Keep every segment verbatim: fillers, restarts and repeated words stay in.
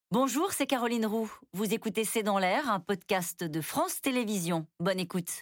Bonjour, c'est Caroline Roux. Vous écoutez C'est dans l'air, un podcast de France Télévisions. Bonne écoute.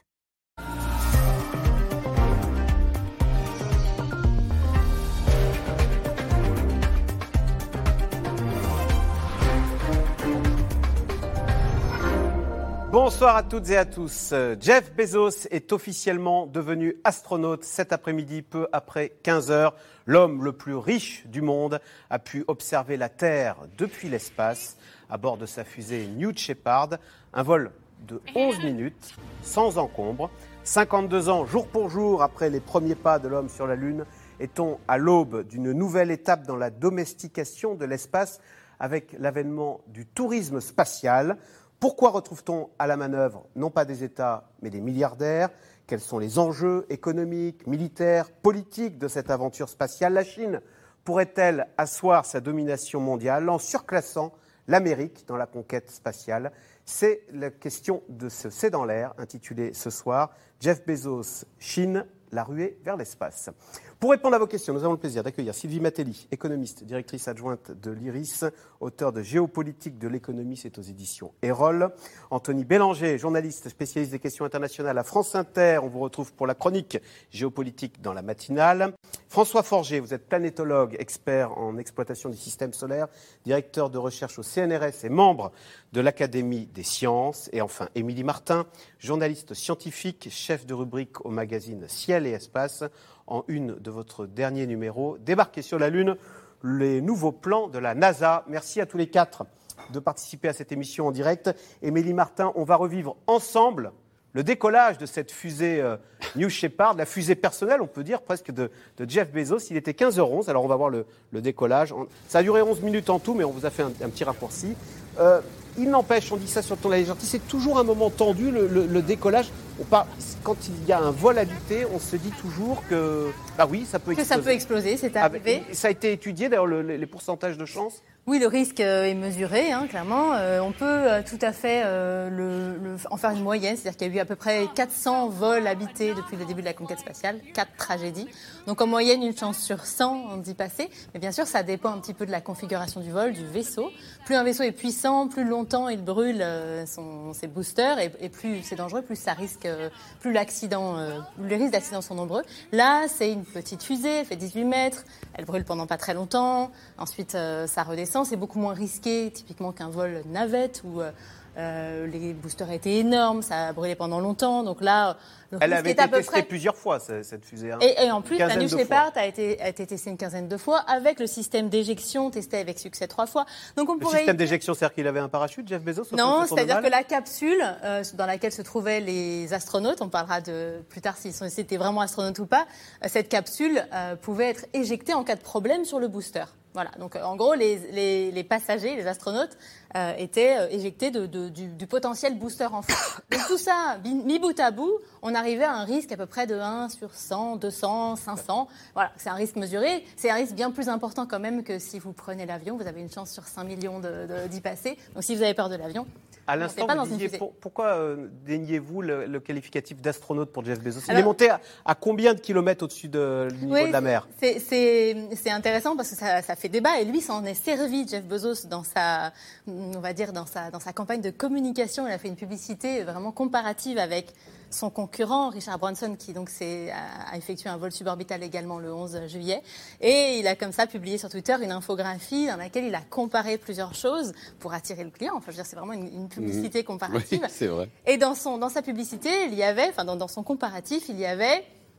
Bonsoir à toutes et à tous. Jeff Bezos est officiellement devenu astronaute cet après-midi, peu après quinze heures. L'homme le plus riche du monde a pu observer la Terre depuis l'espace à bord de sa fusée New Shepard. Un vol de onze minutes, sans encombre. cinquante-deux ans, jour pour jour, après les premiers pas de l'homme sur la Lune, est-on à l'aube d'une nouvelle étape dans la domestication de l'espace avec l'avènement du tourisme spatial. Pourquoi retrouve-t-on à la manœuvre non pas des États, mais des milliardaires ? Quels sont les enjeux économiques, militaires, politiques de cette aventure spatiale ? La Chine pourrait-elle asseoir sa domination mondiale en surclassant l'Amérique dans la conquête spatiale ? C'est la question de ce C'est dans l'air, intitulé ce soir « Jeff Bezos, Chine, la ruée vers l'espace ». Pour répondre à vos questions, nous avons le plaisir d'accueillir Sylvie Matelli, économiste, directrice adjointe de l'Iris, auteure de Géopolitique de l'économie, c'est aux éditions Erol. Anthony Bélanger, journaliste spécialiste des questions internationales à France Inter. On vous retrouve pour la chronique Géopolitique dans la matinale. François Forger, vous êtes planétologue, expert en exploitation du système solaire, directeur de recherche au C N R S et membre de l'Académie des sciences. Et enfin, Émilie Martin, journaliste scientifique, chef de rubrique au magazine Ciel et Espace. En une de votre dernier numéro, débarquez sur la Lune, les nouveaux plans de la NASA. Merci à tous les quatre de participer à cette émission en direct. Émilie Martin, on va revivre ensemble le décollage de cette fusée euh, New Shepard, la fusée personnelle, on peut dire, presque de, de Jeff Bezos. Il était quinze heures onze, alors on va voir le, le décollage. Ça a duré onze minutes en tout, mais on vous a fait un, un petit raccourci. Euh, il n'empêche, on dit ça sur le ton de la légèreté, c'est toujours un moment tendu, le, le, le décollage. On parle, quand il y a un vol habité, on se dit toujours que, bah oui, ça peut exploser. Que ça peut exploser, c'est arrivé. Ah, ça a été étudié, d'ailleurs, le, les pourcentages de chance. Oui, le risque est mesuré, hein, clairement. Euh, on peut euh, tout à fait euh, le, le, en faire une moyenne, c'est-à-dire qu'il y a eu à peu près quatre cents vols habités depuis le début de la conquête spatiale, quatre tragédies. Donc en moyenne, une chance sur cent d'y passer. Mais bien sûr, ça dépend un petit peu de la configuration du vol, du vaisseau. Plus un vaisseau est puissant, plus longtemps il brûle euh, son, ses boosters, et, et plus c'est dangereux, plus ça risque, euh, plus l'accident, euh, les risques d'accident sont nombreux. Là, c'est une petite fusée, elle fait dix-huit mètres, elle brûle pendant pas très longtemps. Ensuite, euh, ça redescend. C'est beaucoup moins risqué, typiquement qu'un vol navette où euh, les boosters étaient énormes, ça a brûlé pendant longtemps. Donc là, le elle risque avait est été à peu testée près... plusieurs fois, cette fusée. Hein. Et, et en plus, la New Shepard a été, a été testée une quinzaine de fois avec le système d'éjection testé avec succès trois fois. Donc on le pourrait... système d'éjection, c'est-à-dire qu'il avait un parachute, Jeff Bezos? Non, c'est-à-dire que la capsule euh, dans laquelle se trouvaient les astronautes, on parlera de plus tard s'ils sont, étaient vraiment astronautes ou pas, euh, cette capsule euh, pouvait être éjectée en cas de problème sur le booster. Voilà, donc en gros, les, les, les passagers, les astronautes, euh, étaient euh, éjectés de, de, du, du potentiel booster en fait. Donc tout ça, mis bout à bout, on arrivait à un risque à peu près de un sur cent, deux cents, cinq cents. Voilà, c'est un risque mesuré. C'est un risque bien plus important quand même que si vous prenez l'avion. Vous avez une chance sur cinq millions de, de, d'y passer. Donc si vous avez peur de l'avion... À l'instant, vous disiez, pour, pourquoi euh, déniez-vous le, le qualificatif d'astronaute pour Jeff Bezos? Il Alors, est monté à, à combien de kilomètres au-dessus de, du niveau oui, de la mer? c'est, c'est, c'est intéressant parce que ça, ça fait débat et lui s'en est servi, Jeff Bezos, dans sa, on va dire, dans sa, dans sa campagne de communication. Il a fait une publicité vraiment comparative avec son concurrent, Richard Branson, qui donc s'est, a effectué un vol suborbital également le onze juillet. Et il a comme ça publié sur Twitter une infographie dans laquelle il a comparé plusieurs choses pour attirer le client. Enfin, je veux dire, c'est vraiment une, une publicité comparative. Oui, c'est vrai. Et dans, son, dans sa publicité, il y avait, enfin dans, dans son comparatif, il y avait...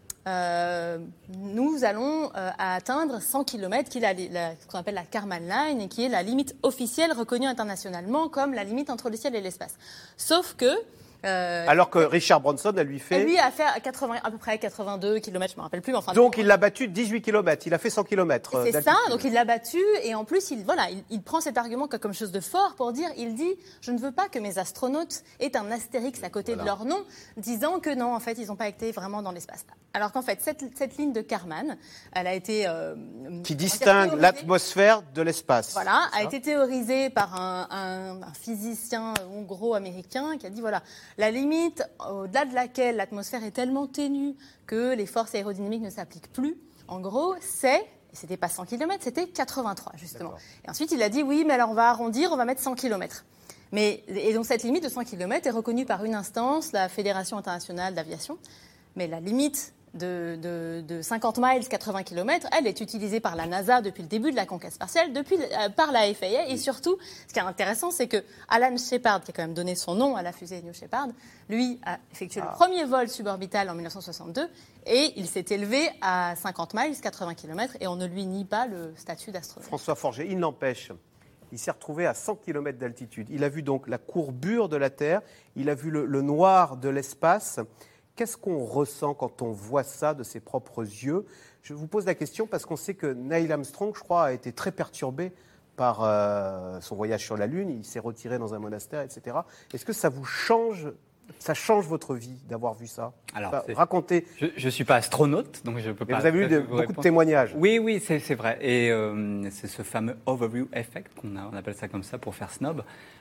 Euh, nous allons euh, atteindre cent kilomètres, qui est la, la, ce qu'on appelle la Kármán Line, et qui est la limite officielle reconnue internationalement comme la limite entre le ciel et l'espace. Sauf que Euh, Alors que Richard Branson, elle lui fait... Elle lui a fait quatre-vingts, à peu près quatre-vingt-deux kilomètres, je ne me rappelle plus. Mais enfin, donc il l'a battu dix-huit kilomètres, il a fait cent kilomètres. C'est d'altitude. Ça, donc il l'a battu et en plus, il, voilà, il, il prend cet argument comme chose de fort pour dire, il dit, je ne veux pas que mes astronautes aient un astérix à côté voilà. de leur nom, disant que non, en fait, ils n'ont pas été vraiment dans l'espace. Alors qu'en fait, cette, cette ligne de Kármán, elle a été... Euh, qui distingue l'atmosphère de l'espace. Voilà, a été théorisée par un, un, un physicien hongro-américain qui a dit, voilà, la limite au-delà de laquelle l'atmosphère est tellement ténue que les forces aérodynamiques ne s'appliquent plus, en gros, c'est, c'était pas cent kilomètres, c'était quatre-vingt-trois, justement. D'accord. Et ensuite, il a dit, oui, mais alors on va arrondir, on va mettre cent kilomètres. Mais, et donc cette limite de cent kilomètres est reconnue par une instance, la Fédération internationale d'aviation. Mais la limite de, de, de cinquante miles, quatre-vingts kilomètres, elle est utilisée par la NASA depuis le début de la conquête spatiale, depuis, euh, par la F A A. Et surtout, ce qui est intéressant, c'est que Alan Shepard, qui a quand même donné son nom à la fusée New Shepard, lui a effectué ah. le premier vol suborbital en dix-neuf cent soixante-deux et il s'est élevé à cinquante miles, quatre-vingts kilomètres, et on ne lui nie pas le statut d'astronaute. François Forget, il n'empêche. Il s'est retrouvé à cent kilomètres d'altitude. Il a vu donc la courbure de la Terre, il a vu le, le noir de l'espace. Qu'est-ce qu'on ressent quand on voit ça de ses propres yeux ? Je vous pose la question parce qu'on sait que Neil Armstrong, je crois, a été très perturbé par euh, son voyage sur la Lune. Il s'est retiré dans un monastère, et cetera. Est-ce que ça vous change ? Ça change votre vie d'avoir vu ça ? Alors, enfin, racontez. Je ne suis pas astronaute, donc je ne peux Mais pas. Vous avez eu de, beaucoup répondre. de témoignages. Oui, oui, c'est, c'est vrai. Et euh, c'est ce fameux overview effect, qu'on a, on appelle ça comme ça pour faire snob.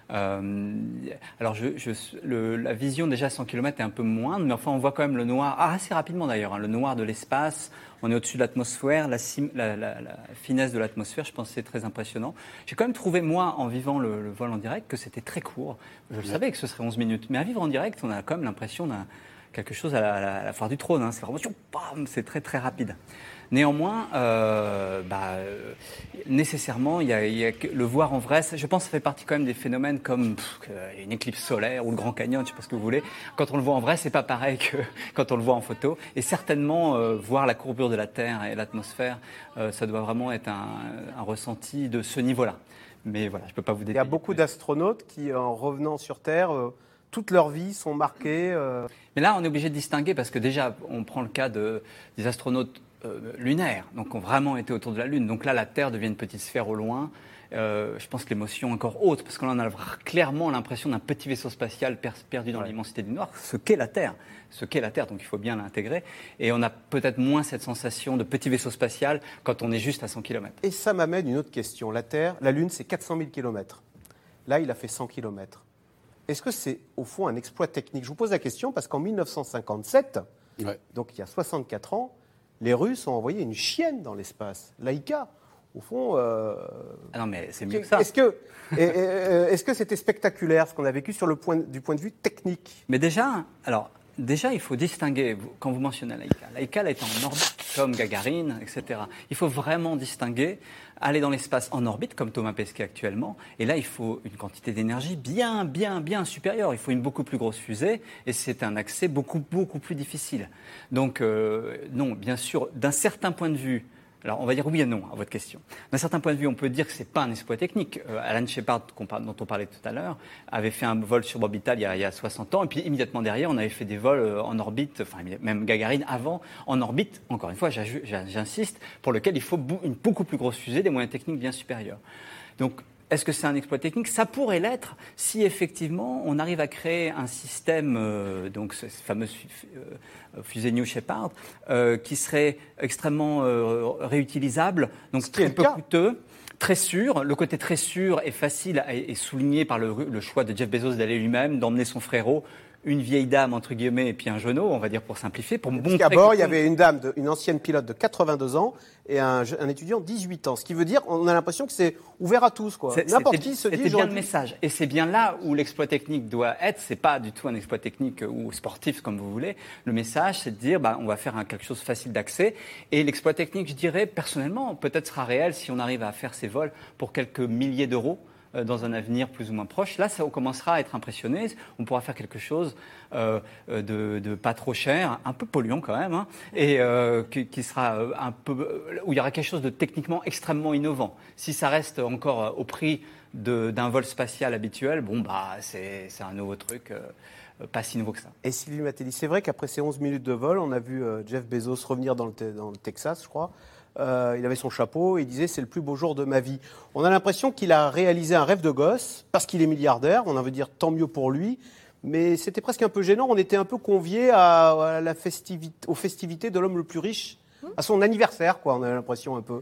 Euh, alors, je, je, le, la vision déjà à cent kilomètres est un peu moindre, mais enfin, on voit quand même le noir, ah, assez rapidement d'ailleurs, hein, le noir de l'espace. On est au-dessus de l'atmosphère, la, sim, la, la, la finesse de l'atmosphère, je pense que c'est très impressionnant. J'ai quand même trouvé, moi, en vivant le, le vol en direct, que c'était très court. Je le savais que ce serait onze minutes, mais à vivre en direct, on a quand même l'impression d'un quelque chose à la, à la, à la foire du trône. Hein. C'est vraiment, bam, c'est très très rapide. Néanmoins, euh, bah, euh, nécessairement, il y a, il y a le voir en vrai. Je pense que ça fait partie quand même des phénomènes comme pff, une éclipse solaire ou le Grand Canyon, je ne sais pas ce que vous voulez. Quand on le voit en vrai, c'est pas pareil que quand on le voit en photo. Et certainement, euh, voir la courbure de la Terre et l'atmosphère, euh, ça doit vraiment être un, un ressenti de ce niveau-là. Mais voilà, je ne peux pas vous détailler. Il y a beaucoup plus. d'astronautes qui, en revenant sur Terre, euh, toute leur vie sont marqués. Euh... Mais là, on est obligé de distinguer parce que déjà, on prend le cas de, des astronautes euh, lunaires, donc ont vraiment été autour de la Lune. Donc là, la Terre devient une petite sphère au loin. Euh, je pense que l'émotion est encore haute, parce qu'on a clairement l'impression d'un petit vaisseau spatial per- perdu dans ouais. l'immensité du noir, ce qu'est la Terre, ce qu'est la Terre, donc il faut bien l'intégrer. Et on a peut-être moins cette sensation de petit vaisseau spatial quand on est juste à cent kilomètres. Et ça m'amène une autre question. La Terre, la Lune, c'est quatre cent mille kilomètres. Là, il a fait cent kilomètres. Est-ce que c'est, au fond, un exploit technique ? Je vous pose la question parce qu'en dix-neuf cent cinquante-sept, ouais. donc il y a soixante-quatre ans, les Russes ont envoyé une chienne dans l'espace, Laika. Au fond, euh, ah non mais c'est mieux que ça. Est-ce que, est-ce que c'était spectaculaire ce qu'on a vécu sur le point, du point de vue technique ? Mais déjà, alors déjà il faut distinguer quand vous mentionnez Laika. Laika elle est en orbite comme Gagarine, et cetera. Il faut vraiment distinguer aller dans l'espace en orbite comme Thomas Pesquet actuellement. Et là il faut une quantité d'énergie bien, bien, bien supérieure. Il faut une beaucoup plus grosse fusée et c'est un accès beaucoup, beaucoup plus difficile. Donc euh, non, bien sûr, d'un certain point de vue. Alors, on va dire oui et non à votre question. D'un certain point de vue, on peut dire que ce n'est pas un exploit technique. Euh, Alan Shepard, dont on parlait tout à l'heure, avait fait un vol suborbital il y a, il y a soixante ans. Et puis, immédiatement derrière, on avait fait des vols en orbite, enfin, même Gagarine avant, en orbite, encore une fois, j'insiste, pour lequel il faut une beaucoup plus grosse fusée, des moyens techniques bien supérieurs. Donc, est-ce que c'est un exploit technique ? Ça pourrait l'être si effectivement on arrive à créer un système, euh, donc ce fameux euh, fusée New Shepard, euh, qui serait extrêmement euh, réutilisable, donc très peu coûteux, très sûr. Le côté très sûr et facile est souligné par le, le choix de Jeff Bezos d'aller lui-même, d'emmener son frérot, une vieille dame, entre guillemets, et puis un jeuneau, on va dire pour simplifier. Pour montrer qu'à bord, il y avait une dame, de, une ancienne pilote de quatre-vingt-deux ans et un, un étudiant de dix-huit ans. Ce qui veut dire qu'on a l'impression que c'est ouvert à tous, quoi. C'est, N'importe qui se dit... C'était bien le message. Et c'est bien là où l'exploit technique doit être. C'est pas du tout un exploit technique ou sportif, comme vous voulez. Le message, c'est de dire, bah, on va faire un, quelque chose de facile d'accès. Et l'exploit technique, je dirais, personnellement, peut-être sera réel si on arrive à faire ces vols pour quelques milliers d'euros dans un avenir plus ou moins proche. Là, ça, on commencera à être impressionné. On pourra faire quelque chose euh, de, de pas trop cher, un peu polluant quand même, hein, et euh, qui, qui sera un peu, où il y aura quelque chose de techniquement extrêmement innovant. Si ça reste encore au prix de, d'un vol spatial habituel, bon, bah, c'est, c'est un nouveau truc. Euh, pas si nouveau que ça. Et Sylvie Matelli, c'est vrai qu'après ces onze minutes de vol, on a vu euh, Jeff Bezos revenir dans le, te- dans le Texas, je crois. Euh, il avait son chapeau et il disait « c'est le plus beau jour de ma vie ». On a l'impression qu'il a réalisé un rêve de gosse parce qu'il est milliardaire, on a envie de dire tant mieux pour lui, mais c'était presque un peu gênant, on était un peu conviés à, à la festivité, aux festivités de l'homme le plus riche, à son anniversaire, quoi, on a l'impression un peu.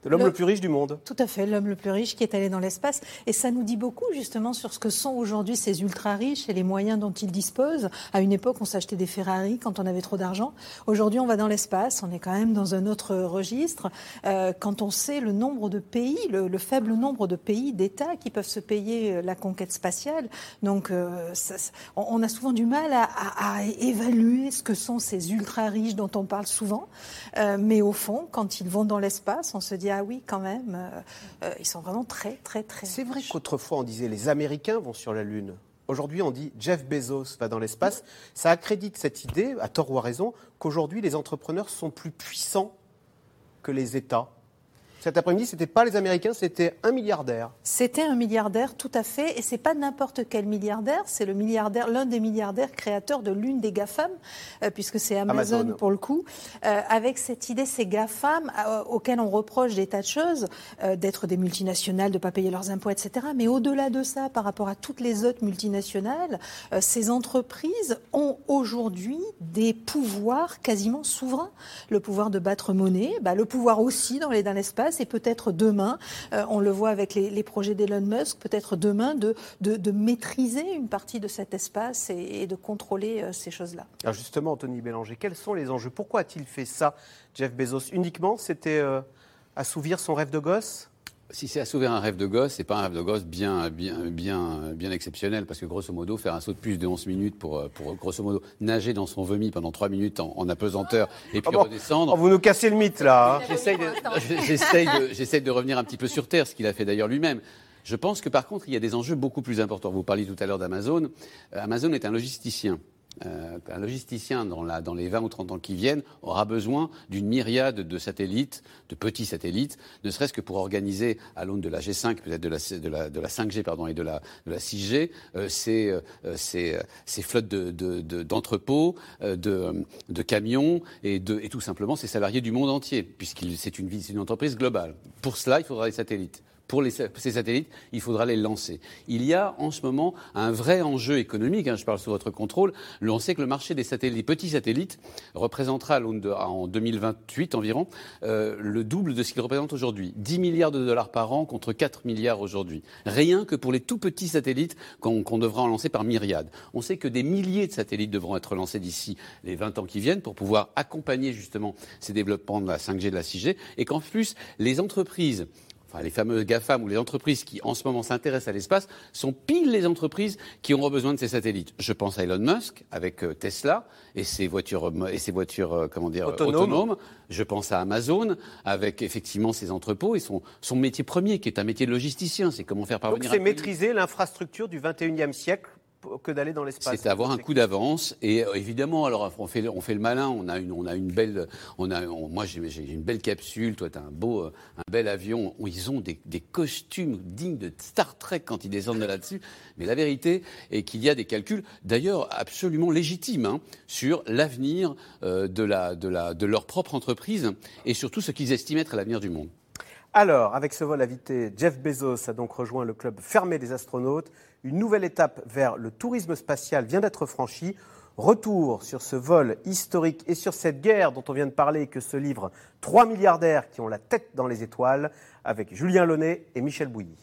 de l'homme le... le plus riche du monde. Tout à fait, l'homme le plus riche qui est allé dans l'espace. Et ça nous dit beaucoup justement sur ce que sont aujourd'hui ces ultra-riches et les moyens dont ils disposent. À une époque, on s'achetait des Ferrari quand on avait trop d'argent. Aujourd'hui, on va dans l'espace, on est quand même dans un autre registre. Euh, quand on sait le nombre de pays, le, le faible nombre de pays, d'États qui peuvent se payer la conquête spatiale. Donc, euh, ça, on, on a souvent du mal à, à, à évaluer ce que sont ces ultra-riches dont on parle souvent. Euh, mais au fond, quand ils vont dans l'espace, on se dit ah oui, quand même, euh, euh, ils sont vraiment très, très, très. C'est vrai qu'autrefois on disait les Américains vont sur la Lune. Aujourd'hui, on dit Jeff Bezos va dans l'espace. Ça accrédite cette idée, à tort ou à raison, qu'aujourd'hui les entrepreneurs sont plus puissants que les États. Cet après-midi, ce n'était pas les Américains, c'était un milliardaire. C'était un milliardaire, tout à fait. Et ce n'est pas n'importe quel milliardaire, c'est le milliardaire, l'un des milliardaires créateurs de l'une des GAFAM, euh, puisque c'est Amazon, Amazon pour le coup. Euh, avec cette idée, ces GAFAM, euh, auxquels on reproche des tas de choses, euh, d'être des multinationales, de ne pas payer leurs impôts, et cetera. Mais au-delà de ça, par rapport à toutes les autres multinationales, euh, ces entreprises ont aujourd'hui des pouvoirs quasiment souverains. Le pouvoir de battre monnaie, bah, le pouvoir aussi dans les, dans l'espace, et peut-être demain, euh, on le voit avec les, les projets d'Elon Musk, peut-être demain de, de, de maîtriser une partie de cet espace et, et de contrôler euh, ces choses-là. Alors justement, Anthony Bélanger, quels sont les enjeux ? Pourquoi a-t-il fait ça, Jeff Bezos ? Uniquement, c'était euh, assouvir son rêve de gosse ? Si c'est assouvir un rêve de gosse, c'est pas un rêve de gosse bien, bien, bien, bien exceptionnel, parce que grosso modo, faire un saut de plus de onze minutes pour, pour grosso modo nager dans son vomi pendant trois minutes en, en apesanteur et puis ah bon, redescendre. Oh, vous nous cassez le mythe là. Hein. J'essaye de, j'essaye de, j'essaye de revenir un petit peu sur terre, ce qu'il a fait d'ailleurs lui-même. Je pense que par contre, il y a des enjeux beaucoup plus importants. Vous parliez tout à l'heure d'Amazon. Euh, Amazon est un logisticien. Euh, un logisticien dans, la, dans les vingt ou trente ans qui viennent aura besoin d'une myriade de satellites, de petits satellites, ne serait-ce que pour organiser à l'aune de la G cinq, peut-être de la, de la, de la cinq G pardon, et de la, de la six G, euh, ces, euh, ces, ces flottes de, de, de, d'entrepôts, euh, de, de camions et, de, et tout simplement ces salariés du monde entier, puisque c'est une, c'est une entreprise globale. Pour cela, il faudra des satellites. Pour les, ces satellites, il faudra les lancer. Il y a en ce moment un vrai enjeu économique, hein, je parle sous votre contrôle. On sait que le marché des satellites, des petits satellites représentera en deux mille vingt-huit environ euh, le double de ce qu'il représente aujourd'hui. dix milliards de dollars par an contre quatre milliards aujourd'hui. Rien que pour les tout petits satellites qu'on, qu'on devra en lancer par myriades. On sait que des milliers de satellites devront être lancés d'ici les vingt ans qui viennent pour pouvoir accompagner justement ces développements de la cinq G, de la six G, et qu'en plus, les entreprises... Enfin, les fameux GAFAM ou les entreprises qui en ce moment s'intéressent à l'espace sont pile les entreprises qui auront besoin de ces satellites. Je pense à Elon Musk avec euh, Tesla et ses voitures, et ses voitures euh, comment dire, Autonome. autonomes. Je pense à Amazon avec effectivement ses entrepôts et son, son métier premier qui est un métier de logisticien. C'est comment faire parvenir. Donc c'est maîtriser l'infrastructure du vingt et unième siècle que d'aller dans l'espace. C'est avoir un coup d'avance et euh, évidemment, alors on fait, on fait le malin, on a une, on a une belle, on a, on, moi j'ai, j'ai une belle capsule, toi t'as un beau, euh, un bel avion, où ils ont des, des costumes dignes de Star Trek quand ils descendent de là-dessus. Mais la vérité est qu'il y a des calculs, d'ailleurs absolument légitimes, hein, sur l'avenir euh, de la, de la, de leur propre entreprise et surtout ce qu'ils estiment être l'avenir du monde. Alors, avec ce vol invité, Jeff Bezos a donc rejoint le club fermé des astronautes. Une nouvelle étape vers le tourisme spatial vient d'être franchie. Retour sur ce vol historique et sur cette guerre dont on vient de parler que se livrent trois milliardaires qui ont la tête dans les étoiles avec Julien Launay et Michel Bouilly.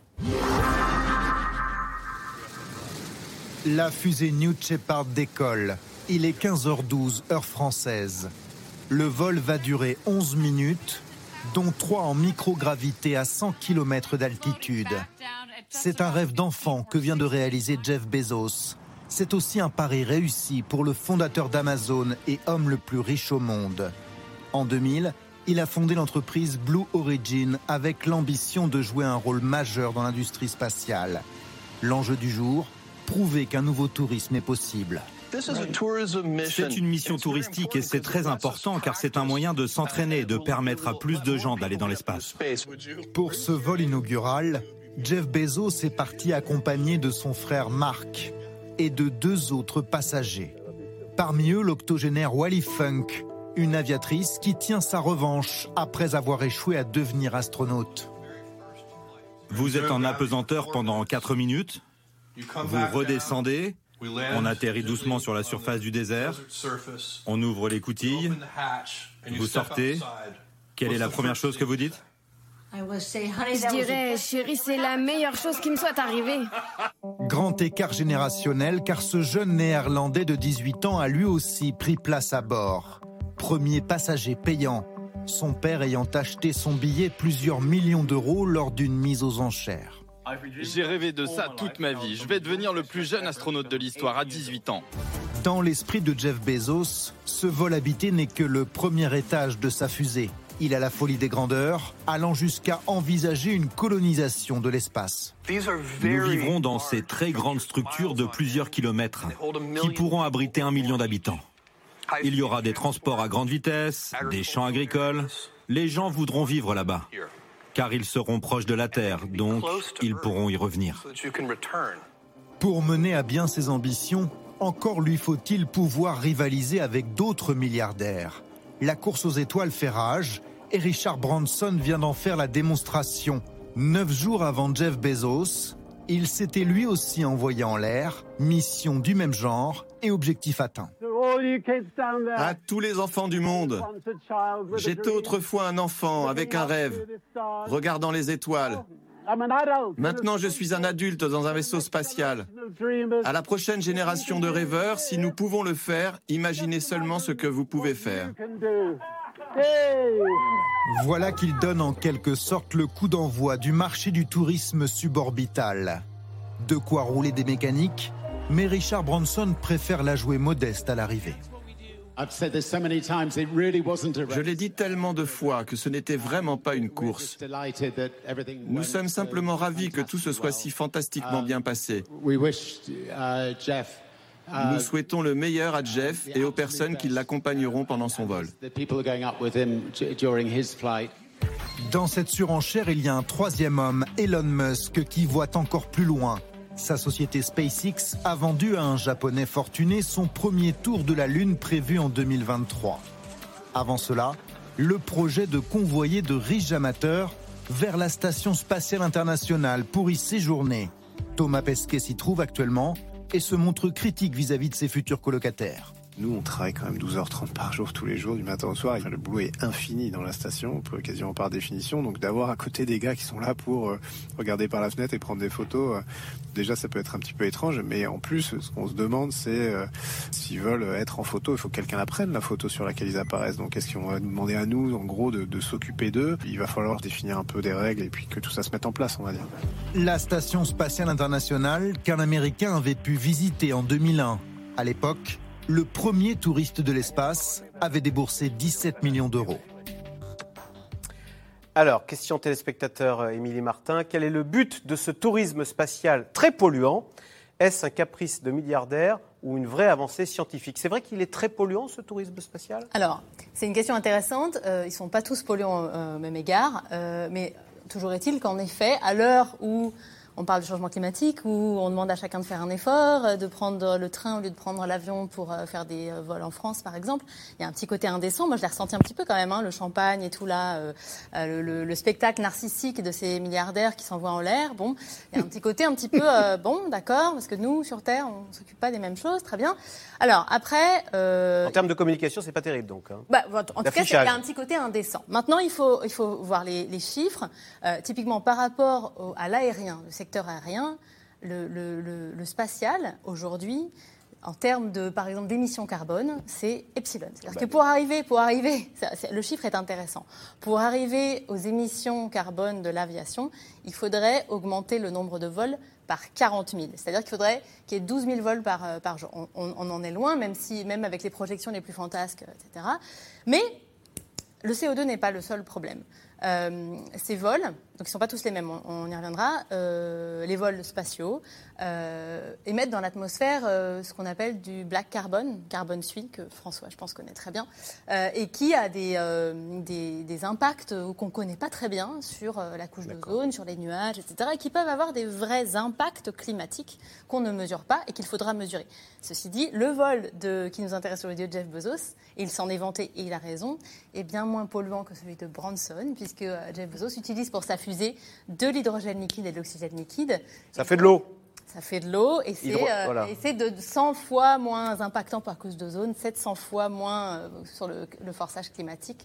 La fusée New Shepard décolle. Il est quinze heures douze, heure française. Le vol va durer onze minutes, dont trois en microgravité à cent kilomètres d'altitude. C'est un rêve d'enfant que vient de réaliser Jeff Bezos. C'est aussi un pari réussi pour le fondateur d'Amazon et homme le plus riche au monde. En deux mille, il a fondé l'entreprise Blue Origin avec l'ambition de jouer un rôle majeur dans l'industrie spatiale. L'enjeu du jour, prouver qu'un nouveau tourisme est possible. C'est une mission touristique et c'est très important car c'est un moyen de s'entraîner et de permettre à plus de gens d'aller dans l'espace. Pour ce vol inaugural, Jeff Bezos est parti accompagné de son frère Mark et de deux autres passagers. Parmi eux, l'octogénaire Wally Funk, une aviatrice qui tient sa revanche après avoir échoué à devenir astronaute. Vous êtes en apesanteur pendant quatre minutes, vous redescendez, on atterrit doucement sur la surface du désert, on ouvre les coutilles, vous sortez. Quelle est la première chose que vous dites ? Je dirais, chérie, c'est la meilleure chose qui me soit arrivée. Grand écart générationnel car ce jeune néerlandais de dix-huit ans a lui aussi pris place à bord. Premier passager payant, son père ayant acheté son billet plusieurs millions d'euros lors d'une mise aux enchères. J'ai rêvé de ça toute ma vie. Je vais devenir le plus jeune astronaute de l'histoire à dix-huit ans. Dans l'esprit de Jeff Bezos, ce vol habité n'est que le premier étage de sa fusée. Il a la folie des grandeurs, allant jusqu'à envisager une colonisation de l'espace. Nous vivrons dans ces très grandes structures de plusieurs kilomètres qui pourront abriter un million d'habitants. Il y aura des transports à grande vitesse, des champs agricoles. Les gens voudront vivre là-bas, car ils seront proches de la Terre, donc ils pourront y revenir. Pour mener à bien ses ambitions, encore lui faut-il pouvoir rivaliser avec d'autres milliardaires. La course aux étoiles fait rage et Richard Branson vient d'en faire la démonstration. Neuf jours avant Jeff Bezos, il s'était lui aussi envoyé en l'air, mission du même genre et objectif atteint. À tous les enfants du monde, j'étais autrefois un enfant avec un rêve, regardant les étoiles. Maintenant, je suis un adulte dans un vaisseau spatial. À la prochaine génération de rêveurs, si nous pouvons le faire, imaginez seulement ce que vous pouvez faire. Voilà qu'il donne en quelque sorte le coup d'envoi du marché du tourisme suborbital. De quoi rouler des mécaniques, mais Richard Branson préfère la jouer modeste à l'arrivée. Je l'ai dit tellement de fois que ce n'était vraiment pas une course. Nous sommes simplement ravis que tout se soit si fantastiquement bien passé. Nous souhaitons le meilleur à Jeff et aux personnes qui l'accompagneront pendant son vol. Dans cette surenchère, il y a un troisième homme, Elon Musk, qui voit encore plus loin. Sa société SpaceX a vendu à un Japonais fortuné son premier tour de la Lune prévu en deux mille vingt-trois. Avant cela, le projet de convoyer de riches amateurs vers la Station spatiale internationale pour y séjourner. Thomas Pesquet s'y trouve actuellement et se montre critique vis-à-vis de ses futurs colocataires. Nous, on travaille quand même douze heures trente par jour, tous les jours, du matin au soir. Le boulot est infini dans la station, quasiment par définition. Donc d'avoir à côté des gars qui sont là pour euh, regarder par la fenêtre et prendre des photos, euh, déjà ça peut être un petit peu étrange. Mais en plus, ce qu'on se demande, c'est euh, s'ils veulent être en photo, il faut que quelqu'un apprenne la photo sur laquelle ils apparaissent. Donc est-ce qu'ils vont nous demander à nous, en gros, de, de s'occuper d'eux? Il va falloir définir un peu des règles et puis que tout ça se mette en place, on va dire. La Station spatiale internationale qu'un Américain avait pu visiter en deux mille un. À l'époque, le premier touriste de l'espace avait déboursé dix-sept millions d'euros. Alors, question téléspectateur Émilie Martin. Quel est le but de ce tourisme spatial très polluant? Est-ce un caprice de milliardaire ou une vraie avancée scientifique? C'est vrai qu'il est très polluant, ce tourisme spatial? Alors, c'est une question intéressante. Euh, ils ne sont pas tous polluants euh, au même égard. Euh, mais toujours est-il qu'en effet, à l'heure où on parle du changement climatique, où on demande à chacun de faire un effort, de prendre le train au lieu de prendre l'avion pour faire des vols en France, par exemple. Il y a un petit côté indécent. Moi, je l'ai ressenti un petit peu quand même, hein, le champagne et tout là, euh, le, le, le spectacle narcissique de ces milliardaires qui s'envoient en l'air. Bon, il y a un petit côté un petit peu, euh, bon, d'accord, parce que nous, sur Terre, on ne s'occupe pas des mêmes choses, très bien. Alors, après... Euh, en termes de communication, c'est pas terrible, donc. Hein. Bah, en tout cas, il y a un petit côté indécent. Maintenant, il faut, il faut voir les, les chiffres. Euh, typiquement, par rapport au, à l'aérien, le secteur aérien, le, le, le, le spatial, aujourd'hui, en termes de, par exemple, d'émissions carbone, c'est epsilon. C'est-à-dire bah, que pour arriver, pour arriver, ça, le chiffre est intéressant, pour arriver aux émissions carbone de l'aviation, il faudrait augmenter le nombre de vols par quarante mille. C'est-à-dire qu'il faudrait qu'il y ait douze mille vols par, par jour. On, on, on en est loin, même, si, même avec les projections les plus fantasques, et cetera. Mais le C O deux n'est pas le seul problème. Euh, ces vols, donc ils ne sont pas tous les mêmes, on, on y reviendra, euh, les vols spatiaux euh, émettent dans l'atmosphère euh, ce qu'on appelle du black carbon, carbone suie, que François, je pense, connaît très bien, euh, et qui a des, euh, des, des impacts qu'on ne connaît pas très bien sur euh, la couche d'ozone, sur les nuages, et cetera, et qui peuvent avoir des vrais impacts climatiques qu'on ne mesure pas et qu'il faudra mesurer. Ceci dit, le vol de, qui nous intéresse aujourd'hui de Jeff Bezos, et il s'en est vanté et il a raison, est bien moins polluant que celui de Branson, puisque que Jeff Bezos utilise pour sa fusée de l'hydrogène liquide et de l'oxygène liquide. Ça fait de l'eau. Ça fait de l'eau et c'est, Hydro... euh, voilà. et c'est de cent fois moins impactant par cause d'ozone, sept cents fois moins euh, sur le, le forçage climatique,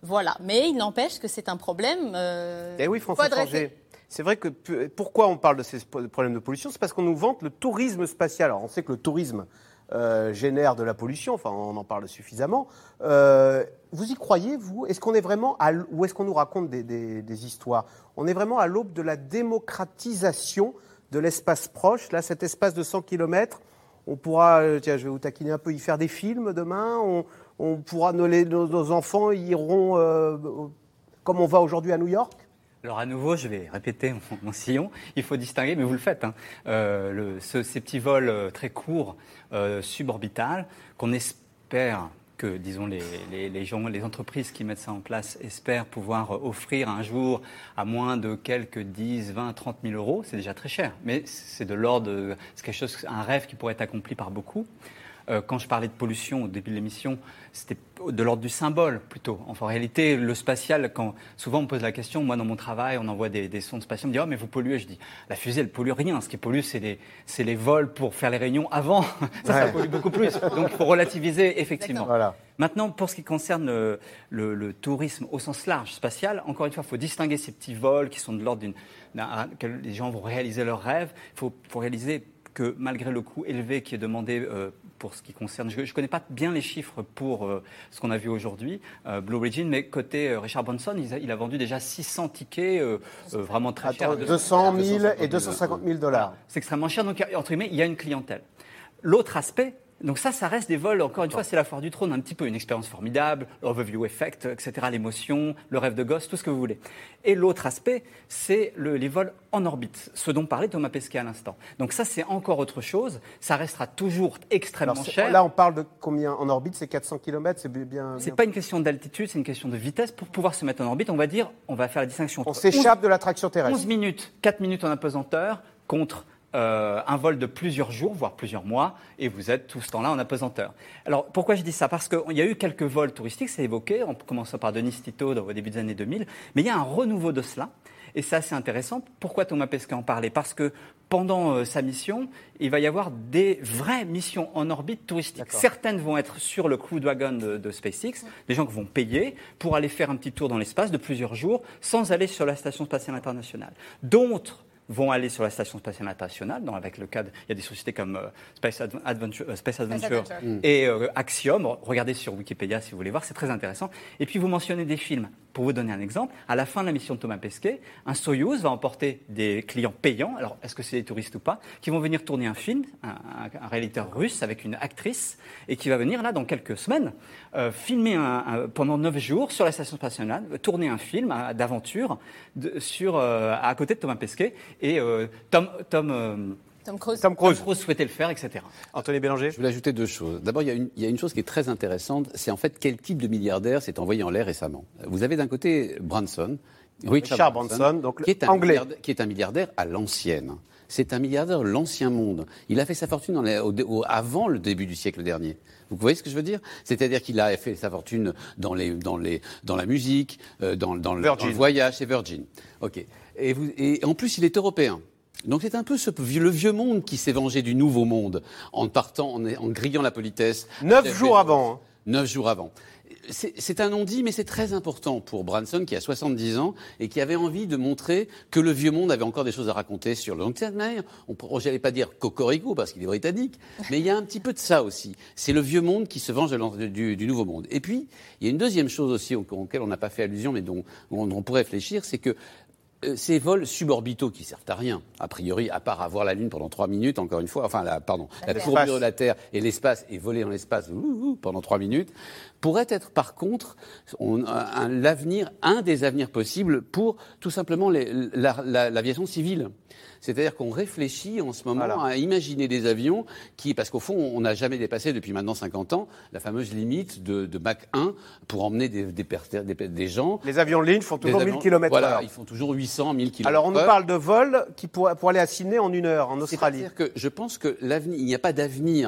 Voilà, mais il n'empêche que c'est un problème. Euh, eh oui, François Forget. C'est vrai que pourquoi on parle de ces problèmes de pollution, c'est parce qu'on nous vante le tourisme spatial. Alors on sait que le tourisme euh, génère de la pollution, enfin on en parle suffisamment. Euh, vous y croyez, vous ? Est-ce qu'on est vraiment à, ou est-ce qu'on nous raconte des, des, des histoires ? On est vraiment à l'aube de la démocratisation de l'espace proche, là, cet espace de cent kilomètres. On pourra, tiens, je vais vous taquiner un peu, y faire des films demain. On, on pourra, nos, nos, nos enfants iront euh, comme on va aujourd'hui à New York. Alors à nouveau, je vais répéter mon, mon sillon, il faut distinguer, mais vous le faites, hein, euh, le, ce, ces petits vols euh, très courts, euh, suborbitales, qu'on espère que, disons, les, les, les, gens, les entreprises qui mettent ça en place espèrent pouvoir offrir un jour à moins de quelques dix, vingt, trente mille euros. C'est déjà très cher, mais c'est de l'ordre, de, c'est quelque chose, un rêve qui pourrait être accompli par beaucoup. Euh, quand je parlais de pollution au début de l'émission, c'était de l'ordre du symbole plutôt. Enfin, en réalité, le spatial, quand souvent on me pose la question, moi dans mon travail, on envoie des, des sondes spatiales, on me dit « Oh, mais vous polluez ». Je dis « La fusée, elle pollue rien. Ce qui pollue, c'est les, c'est les vols pour faire les réunions avant. ça, ouais. ça pollue beaucoup plus. » Donc, il faut relativiser, effectivement. Voilà. Maintenant, pour ce qui concerne le, le, le tourisme au sens large spatial, encore une fois, il faut distinguer ces petits vols qui sont de l'ordre d'une... que les gens vont réaliser leurs rêves. Il faut, faut réaliser que malgré le coût élevé qui est demandé euh, pour ce qui concerne... Je ne connais pas bien les chiffres pour euh, ce qu'on a vu aujourd'hui, euh, Blue Origin, mais côté euh, Richard Branson, il a, il a vendu déjà six cents tickets euh, euh, vraiment très chers. deux cent mille et deux cent cinquante mille dollars. C'est extrêmement cher, donc entre guillemets, il y a une clientèle. L'autre aspect... Donc ça, ça reste des vols, encore une fois, c'est la foire du trône, un petit peu une expérience formidable, l'overview effect, et cetera, l'émotion, le rêve de gosse, tout ce que vous voulez. Et l'autre aspect, c'est le, les vols en orbite, ce dont parlait Thomas Pesquet à l'instant. Donc ça, c'est encore autre chose, ça restera toujours extrêmement Alors, cher. Là, on parle de combien en orbite ? C'est quatre cents kilomètres, c'est bien... C'est bien... pas une question d'altitude, c'est une question de vitesse. Pour pouvoir se mettre en orbite, on va dire, on va faire la distinction entre... On s'échappe de l'attraction terrestre. onze minutes, quatre minutes en apesanteur, contre... Euh, un vol de plusieurs jours, voire plusieurs mois, et vous êtes tout ce temps-là en apesanteur. Alors, pourquoi je dis ça ? Parce qu'il y a eu quelques vols touristiques, c'est évoqué, en commençant par Denis Tito au début des années deux mille, mais il y a un renouveau de cela, et c'est assez intéressant. Pourquoi Thomas Pesquet en parlait ? Parce que pendant euh, sa mission, il va y avoir des vraies missions en orbite touristique. D'accord. Certaines vont être sur le Crew Dragon de, de SpaceX, des gens qui vont payer pour aller faire un petit tour dans l'espace de plusieurs jours, sans aller sur la Station Spatiale Internationale. D'autres vont aller sur la Station Spatiale Internationale, dans, avec le cadre, il y a des sociétés comme euh, Space, Adventure, euh, Space Adventure mm. et euh, Axiom. Regardez sur Wikipédia si vous voulez voir, c'est très intéressant. Et puis vous mentionnez des films. Pour vous donner un exemple, à la fin de la mission de Thomas Pesquet, un Soyouz va emporter des clients payants, alors est-ce que c'est des touristes ou pas, qui vont venir tourner un film, un, un, un réalisateur russe avec une actrice, et qui va venir là dans quelques semaines, euh, filmer un, un, pendant neuf jours sur la Station Spatiale, tourner un film à, d'aventure de, sur, euh, à côté de Thomas Pesquet. Et euh, Tom, Tom, euh, Tom Cruise. Tom Cruise. Tom Cruise souhaitait le faire, et cetera. Anthony Bélanger. Je voulais ajouter deux choses. D'abord, il y a une, il y a une chose qui est très intéressante, c'est en fait quel type de milliardaire s'est envoyé en l'air récemment. Vous avez d'un côté Branson, Richard, Richard Branson, Branson donc qui est un anglais, qui est un milliardaire à l'ancienne. C'est un milliardaire de l'ancien monde. Il a fait sa fortune dans les, au, au, avant le début du siècle dernier. Vous voyez ce que je veux dire ? C'est-à-dire qu'il a fait sa fortune dans, les, dans, les, dans la musique, euh, dans, dans, le, dans le voyage, c'est Virgin. Ok. Et, vous, et en plus, il est européen. Donc c'est un peu ce, le vieux monde qui s'est vengé du nouveau monde en partant, en, en grillant la politesse. Neuf jours avant. Hein. Neuf jours avant. C'est, c'est un non-dit, mais c'est très important pour Branson, qui a soixante-dix ans et qui avait envie de montrer que le vieux monde avait encore des choses à raconter sur le long de cette manière. On n'allait pas dire cocorico parce qu'il est britannique, mais il y a un petit peu de ça aussi. C'est le vieux monde qui se venge de, du, du nouveau monde. Et puis, il y a une deuxième chose aussi auquel on n'a pas fait allusion, mais dont on, on pourrait réfléchir, c'est que ces vols suborbitaux qui servent à rien, a priori, à part avoir la Lune pendant trois minutes, encore une fois, enfin, la, pardon, la, la courbure de la Terre et l'espace, et voler dans l'espace ouh, ouh, pendant trois minutes, pourrait être par contre on, un, l'avenir, un des avenirs possibles pour tout simplement les, la, la, l'aviation civile. C'est-à-dire qu'on réfléchit en ce moment voilà. à imaginer des avions qui, parce qu'au fond, on n'a jamais dépassé depuis maintenant cinquante ans la fameuse limite de, de Mach un pour emmener des, des, des, des gens. Les avions de ligne font toujours mille kilomètres heure. Voilà, ils font toujours huit cents, mille kilomètres heure. Alors on nous parle de vols qui pour, pour aller à Sydney en une heure, en Australie. C'est-à-dire que je pense que l'avenir, il n'y a pas d'avenir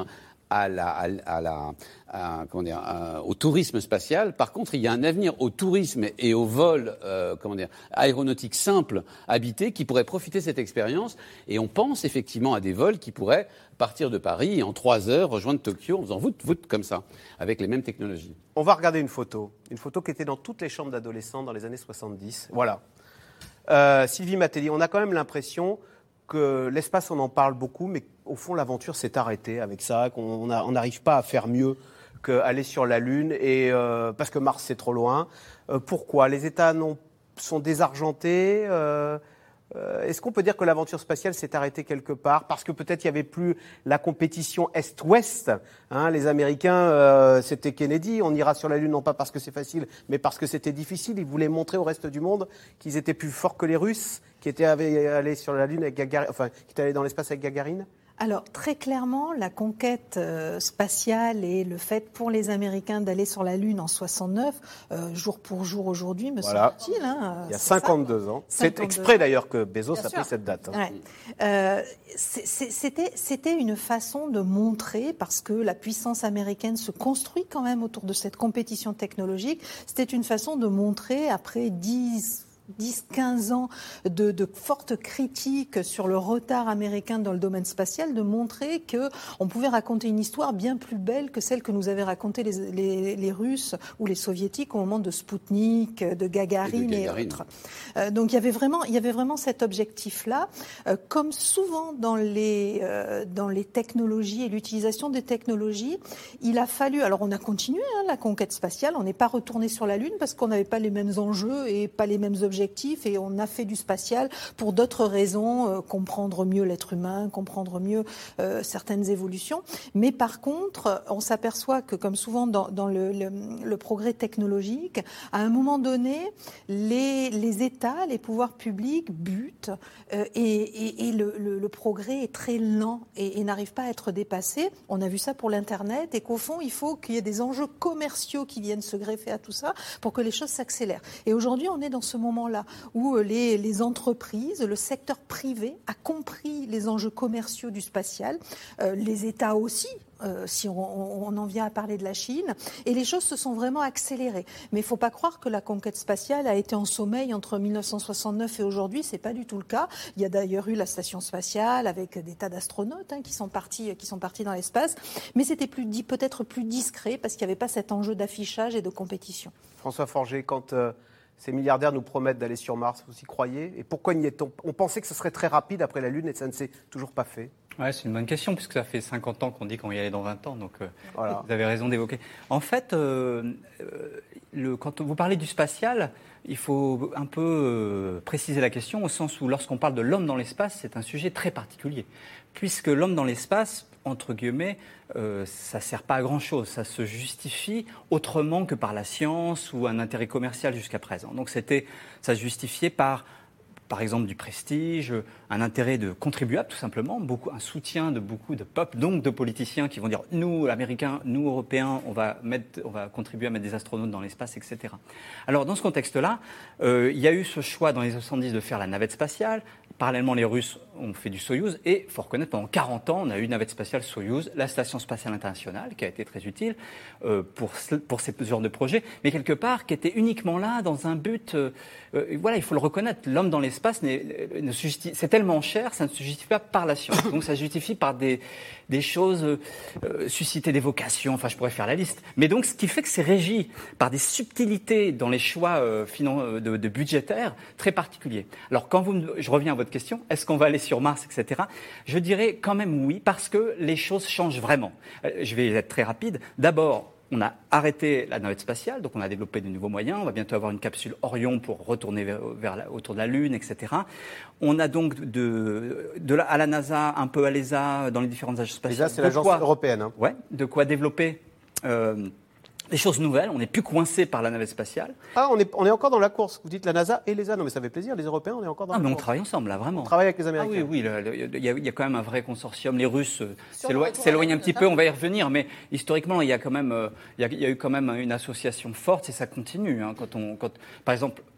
à la, à, à la, à, comment dire, à, au tourisme spatial. Par contre, il y a un avenir au tourisme et au vol euh, comment dire, aéronautique simple, habité, qui pourrait profiter de cette expérience. Et on pense effectivement à des vols qui pourraient partir de Paris et en trois heures rejoindre Tokyo en faisant voûte, voûte comme ça, avec les mêmes technologies. On va regarder une photo, une photo qui était dans toutes les chambres d'adolescents dans les années soixante-dix. Voilà. Euh, Sylvie Matelli, on a quand même l'impression que l'espace, on en parle beaucoup, mais au fond, l'aventure s'est arrêtée avec ça, qu'on n'arrive pas à faire mieux qu'aller sur la Lune, et, euh, parce que Mars, c'est trop loin. Euh, pourquoi ? Les États non, sont désargentés euh, euh, Est-ce qu'on peut dire que l'aventure spatiale s'est arrêtée quelque part ? Parce que peut-être il n'y avait plus la compétition Est-Ouest. Hein, les Américains, euh, c'était Kennedy, on ira sur la Lune non pas parce que c'est facile, mais parce que c'était difficile. Ils voulaient montrer au reste du monde qu'ils étaient plus forts que les Russes, qui étaient allés sur la Lune avec Gagarine, enfin, qui étaient allés dans l'espace avec Gagarine. Alors, très clairement, la conquête euh, spatiale et le fait pour les Américains d'aller sur la Lune en soixante-neuf, euh, jour pour jour aujourd'hui, me voilà. semble-t-il. Hein, il y a cinquante-deux ans. C'est exprès d'ailleurs que Bezos Bien a sûr. pris cette date. Hein. Ouais. Euh, c'était, c'était une façon de montrer, parce que la puissance américaine se construit quand même autour de cette compétition technologique, c'était une façon de montrer, après dix... dix à quinze ans de, de fortes critiques sur le retard américain dans le domaine spatial, de montrer qu'on pouvait raconter une histoire bien plus belle que celle que nous avaient racontée les, les, les Russes ou les Soviétiques au moment de Spoutnik, de Gagarine et, de Gagarine. et autres. Euh, donc il y avait vraiment, il y avait vraiment cet objectif-là. Euh, comme souvent dans les, euh, dans les technologies et l'utilisation des technologies, il a fallu... Alors on a continué hein, la conquête spatiale, on n'est pas retourné sur la Lune parce qu'on n'avait pas les mêmes enjeux et pas les mêmes objectifs. Et on a fait du spatial pour d'autres raisons, euh, comprendre mieux l'être humain, comprendre mieux euh, certaines évolutions. Mais par contre, on s'aperçoit que, comme souvent dans, dans le, le, le progrès technologique, à un moment donné, les, les États, les pouvoirs publics butent euh, et, et, et le, le, le progrès est très lent et, et n'arrive pas à être dépassé. On a vu ça pour l'Internet et qu'au fond, il faut qu'il y ait des enjeux commerciaux qui viennent se greffer à tout ça pour que les choses s'accélèrent. Et aujourd'hui, on est dans ce moment là où les, les entreprises, le secteur privé a compris les enjeux commerciaux du spatial, euh, les États aussi, euh, si on, on en vient à parler de la Chine, et les choses se sont vraiment accélérées. Mais il ne faut pas croire que la conquête spatiale a été en sommeil entre mille neuf cent soixante-neuf et aujourd'hui, ce n'est pas du tout le cas. Il y a d'ailleurs eu la station spatiale avec des tas d'astronautes hein, qui sont partis, qui sont partis dans l'espace, mais c'était plus, peut-être plus discret parce qu'il n'y avait pas cet enjeu d'affichage et de compétition. François Forget, quand... Euh... Ces milliardaires nous promettent d'aller sur Mars, vous y croyez ? Et pourquoi n'y est-on ? On pensait que ce serait très rapide après la Lune et ça ne s'est toujours pas fait. Ouais, c'est une bonne question, puisque ça fait cinquante ans qu'on dit qu'on y allait dans vingt ans, donc euh, voilà. Vous avez raison d'évoquer. En fait, euh, le, quand vous parlez du spatial, il faut un peu euh, préciser la question, au sens où lorsqu'on parle de l'homme dans l'espace, c'est un sujet très particulier. Puisque l'homme dans l'espace, entre guillemets, euh, ça ne sert pas à grand-chose. Ça se justifie autrement que par la science ou un intérêt commercial jusqu'à présent. Donc c'était, ça se justifiait par, par exemple, du prestige, un intérêt de contribuable, tout simplement, beaucoup, un soutien de beaucoup de peuples, donc de politiciens qui vont dire « nous, Américains, nous, Européens, on va, mettre, on va contribuer à mettre des astronautes dans l'espace, et cetera » Alors, dans ce contexte-là, euh, il y a eu ce choix dans les années soixante-dix de faire la navette spatiale. Parallèlement, les Russes ont fait du Soyouz et il faut reconnaître, pendant quarante ans, on a eu une navette spatiale Soyouz, la Station spatiale internationale, qui a été très utile euh, pour, pour ces genres de projets, mais quelque part, qui était uniquement là dans un but... Euh, euh, voilà, il faut le reconnaître, l'homme dans l'espace, n'est, ne se justifie, c'est tellement cher, ça ne se justifie pas par la science. Donc ça se justifie par des, des choses, euh, susciter des vocations, enfin je pourrais faire la liste. Mais donc ce qui fait que c'est régi par des subtilités dans les choix euh, finan- de, de budgétaires très particuliers. Alors quand vous me, je reviens à votre question, est-ce qu'on va aller sur Mars, et cetera. Je dirais quand même oui, parce que les choses changent vraiment. Euh, je vais être très rapide. D'abord, on a arrêté la navette spatiale, donc on a développé de nouveaux moyens. On va bientôt avoir une capsule Orion pour retourner vers, vers la, autour de la Lune, et cetera. On a donc de, de la, à la NASA, un peu à l'E S A, dans les différentes agences spatiales. L'E S A, c'est l'agence quoi, européenne. Hein. Ouais, de quoi développer euh, des choses nouvelles. On n'est plus coincé par la navette spatiale. Ah, on est, on est encore dans la course. Vous dites la NASA et l'E S A. Non, mais ça fait plaisir. Les Européens, on est encore dans ah, la mais course. On travaille ensemble, là, vraiment. On travaille avec les Américains. Ah oui, oui. Il y, y, y a quand même un vrai consortium. Les Russes s'éloignent, s'éloignent un petit peu. On va y revenir. Mais historiquement, il y a quand même, il y a, y a eu quand même une association forte et ça continue. Hein, quand on, quand, par exemple,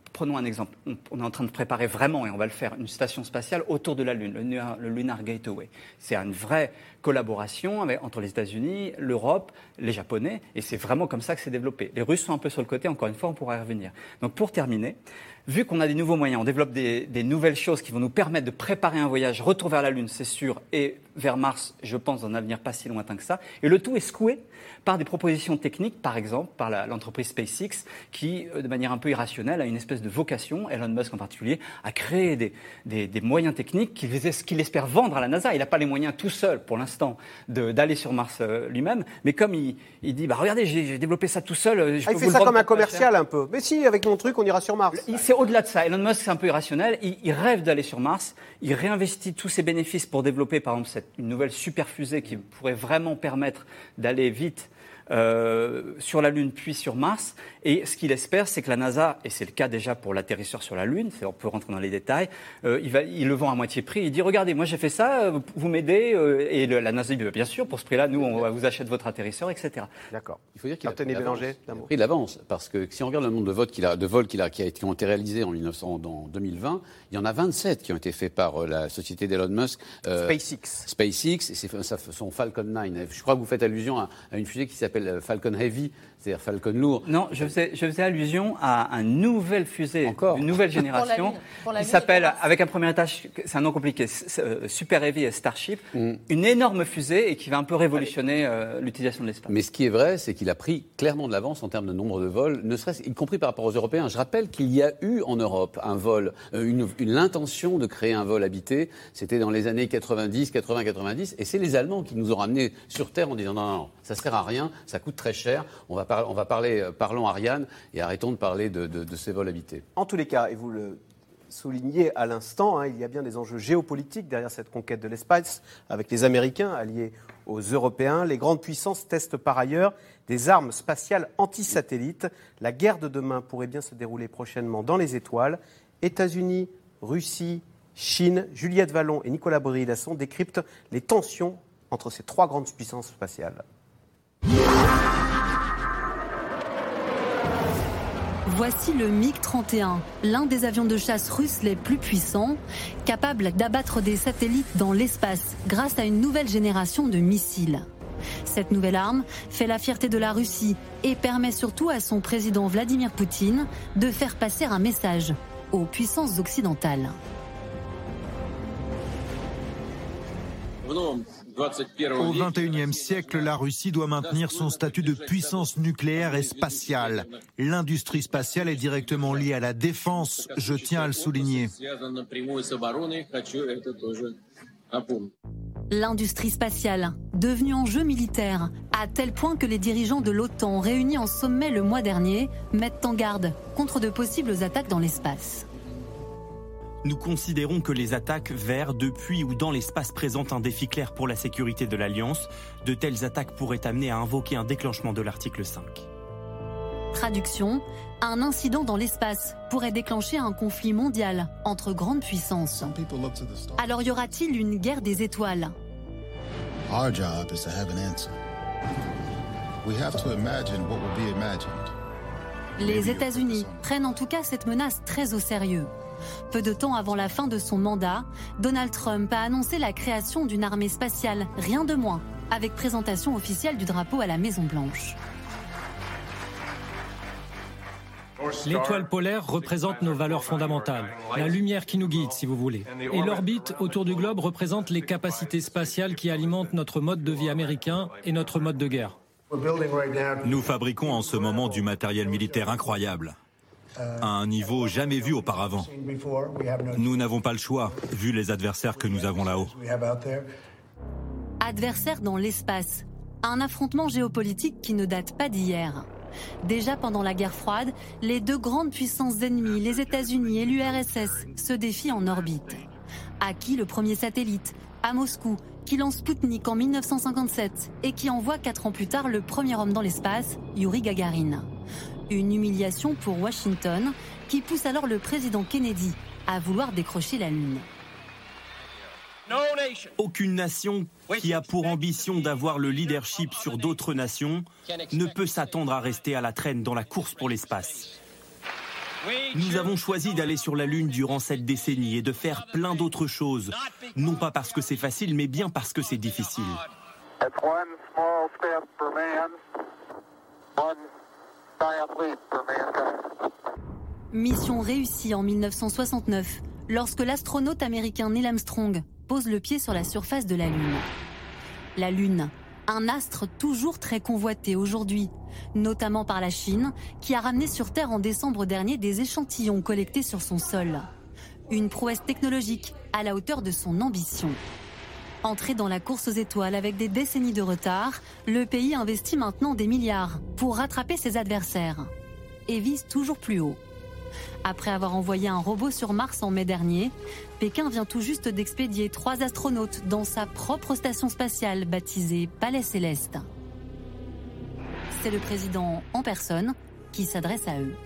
Prenons un exemple. On, on est en train de préparer vraiment, et on va le faire, une station spatiale autour de la Lune, le, le Lunar Gateway. C'est une vraie collaboration avec, entre les États-Unis, l'Europe, les Japonais, et c'est vraiment comme ça que c'est développé. Les Russes sont un peu sur le côté, encore une fois, on pourra y revenir. Donc pour terminer, vu qu'on a des nouveaux moyens, on développe des, des nouvelles choses qui vont nous permettre de préparer un voyage, retour vers la Lune, c'est sûr, et vers Mars, je pense, dans un avenir pas si lointain que ça. Et le tout est secoué par des propositions techniques, par exemple, par la, l'entreprise SpaceX, qui, de manière un peu irrationnelle, a une espèce de vocation, Elon Musk en particulier, à créer des, des, des moyens techniques qu'il, qu'il espère vendre à la NASA. Il n'a pas les moyens tout seul, pour l'instant, de, d'aller sur Mars euh, lui-même, mais comme il, il dit, bah, regardez, j'ai, j'ai développé ça tout seul, je ah, peux il vous fait ça comme un cher. commercial un peu. Mais si, avec mon truc, on ira sur Mars. Il, c'est au-delà de ça. Elon Musk, c'est un peu irrationnel. Il, il rêve d'aller sur Mars. Il réinvestit tous ses bénéfices pour développer, par exemple, cette, une nouvelle super fusée qui pourrait vraiment permettre d'aller vite Euh, sur la Lune puis sur Mars. Et ce qu'il espère, c'est que la NASA, et c'est le cas déjà pour l'atterrisseur sur la Lune, c'est, on peut rentrer dans les détails, euh, il, va, il le vend à moitié prix. Il dit, regardez, moi j'ai fait ça, vous m'aidez. Euh, et le, la NASA dit, bien sûr, pour ce prix-là, nous, on va vous achète votre atterrisseur, et cetera. D'accord. Il faut dire qu'il a pris, Bélanger, il a pris de l'avance. Parce que si on regarde le nombre de vols qu'il a, de vols qu'il a, qui, a, qui ont été réalisés en, mille neuf cents, en deux mille vingt, il y en a vingt-sept qui ont été faits par euh, la société d'Elon Musk. Euh, SpaceX. SpaceX, et c'est ça, son Falcon neuf. Je crois que vous faites allusion à, à une fusée qui s'appelle Falcon Heavy, c'est-à-dire Falcon lourd. Non, je faisais, je faisais allusion à une nouvelle fusée, Encore une nouvelle génération, pour la Lune, pour la qui Lune s'appelle, avec un premier étage, c'est un nom compliqué, Super Heavy et Starship, mm. une énorme fusée et qui va un peu révolutionner euh, l'utilisation de l'espace. Mais ce qui est vrai, c'est qu'il a pris clairement de l'avance en termes de nombre de vols, ne serait-ce, y compris par rapport aux Européens. Je rappelle qu'il y a eu en Europe un vol, une, une l'intention de créer un vol habité. C'était dans les années quatre-vingt-dix, quatre-vingts, quatre-vingt-dix, et c'est les Allemands qui nous ont ramenés sur Terre en disant non, non, non, ça sert à rien, ça coûte très cher. On va, par, on va parler, euh, parlons Ariane et arrêtons de parler de, de, de ces vols habités. En tous les cas, et vous le soulignez à l'instant, hein, il y a bien des enjeux géopolitiques derrière cette conquête de l'espace, avec les Américains alliés aux Européens. Les grandes puissances testent par ailleurs des armes spatiales anti-satellites. La guerre de demain pourrait bien se dérouler prochainement dans les étoiles. États-Unis, Russie, Chine, Juliette Vallon et Nicolas Brillasson décryptent les tensions entre ces trois grandes puissances spatiales. Voici le MiG trente et un, l'un des avions de chasse russes les plus puissants, capable d'abattre des satellites dans l'espace grâce à une nouvelle génération de missiles. Cette nouvelle arme fait la fierté de la Russie et permet surtout à son président Vladimir Poutine de faire passer un message aux puissances occidentales. Au vingt et unième siècle, la Russie doit maintenir son statut de puissance nucléaire et spatiale. L'industrie spatiale est directement liée à la défense, je tiens à le souligner. L'industrie spatiale, devenue enjeu militaire, à tel point que les dirigeants de l'OTAN réunis en sommet le mois dernier mettent en garde contre de possibles attaques dans l'espace. Nous considérons que les attaques vers, depuis ou dans l'espace présentent un défi clair pour la sécurité de l'Alliance. De telles attaques pourraient amener à invoquer un déclenchement de l'article cinq. Traduction, un incident dans l'espace pourrait déclencher un conflit mondial entre grandes puissances. Alors y aura-t-il une guerre des étoiles ? Our job is to have an answer. We have to imagine what will be imagined. Les États-Unis prennent en tout cas cette menace très au sérieux. Peu de temps avant la fin de son mandat, Donald Trump a annoncé la création d'une armée spatiale, rien de moins, avec présentation officielle du drapeau à la Maison-Blanche. L'étoile polaire représente nos valeurs fondamentales, la lumière qui nous guide, si vous voulez. Et l'orbite autour du globe représente les capacités spatiales qui alimentent notre mode de vie américain et notre mode de guerre. Nous fabriquons en ce moment du matériel militaire incroyable, à un niveau jamais vu auparavant. Nous n'avons pas le choix, vu les adversaires que nous avons là-haut. Adversaires dans l'espace, un affrontement géopolitique qui ne date pas d'hier. Déjà pendant la guerre froide, les deux grandes puissances ennemies, les États-Unis et l'U R S S, se défient en orbite. À qui le premier satellite ? À Moscou, qui lance Sputnik en mille neuf cent cinquante-sept et qui envoie quatre ans plus tard le premier homme dans l'espace, Youri Gagarin. Une humiliation pour Washington, qui pousse alors le président Kennedy à vouloir décrocher la Lune. Aucune nation qui a pour ambition d'avoir le leadership sur d'autres nations ne peut s'attendre à rester à la traîne dans la course pour l'espace. Nous avons choisi d'aller sur la Lune durant cette décennie et de faire plein d'autres choses. Non pas parce que c'est facile, mais bien parce que c'est difficile. Mission réussie en mille neuf cent soixante-neuf, lorsque l'astronaute américain Neil Armstrong pose le pied sur la surface de la Lune. La Lune, un astre toujours très convoité aujourd'hui, notamment par la Chine, qui a ramené sur Terre en décembre dernier des échantillons collectés sur son sol. Une prouesse technologique à la hauteur de son ambition. Entré dans la course aux étoiles avec des décennies de retard, le pays investit maintenant des milliards pour rattraper ses adversaires et vise toujours plus haut. Après avoir envoyé un robot sur Mars en mai dernier, Pékin vient tout juste d'expédier trois astronautes dans sa propre station spatiale baptisée Palais Céleste. C'est le président en personne qui s'adresse à eux.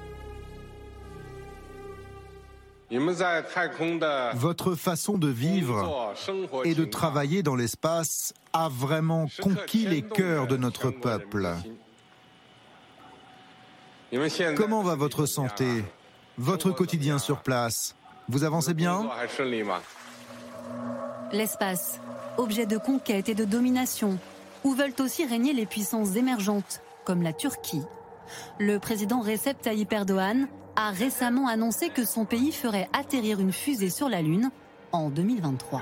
Votre façon de vivre et de travailler dans l'espace a vraiment conquis les cœurs de notre peuple. Comment va votre santé ? Votre quotidien sur place, vous avancez bien ? L'espace, objet de conquête et de domination, où veulent aussi régner les puissances émergentes, comme la Turquie. Le président Recep Tayyip Erdogan a récemment annoncé que son pays ferait atterrir une fusée sur la Lune en deux mille vingt-trois.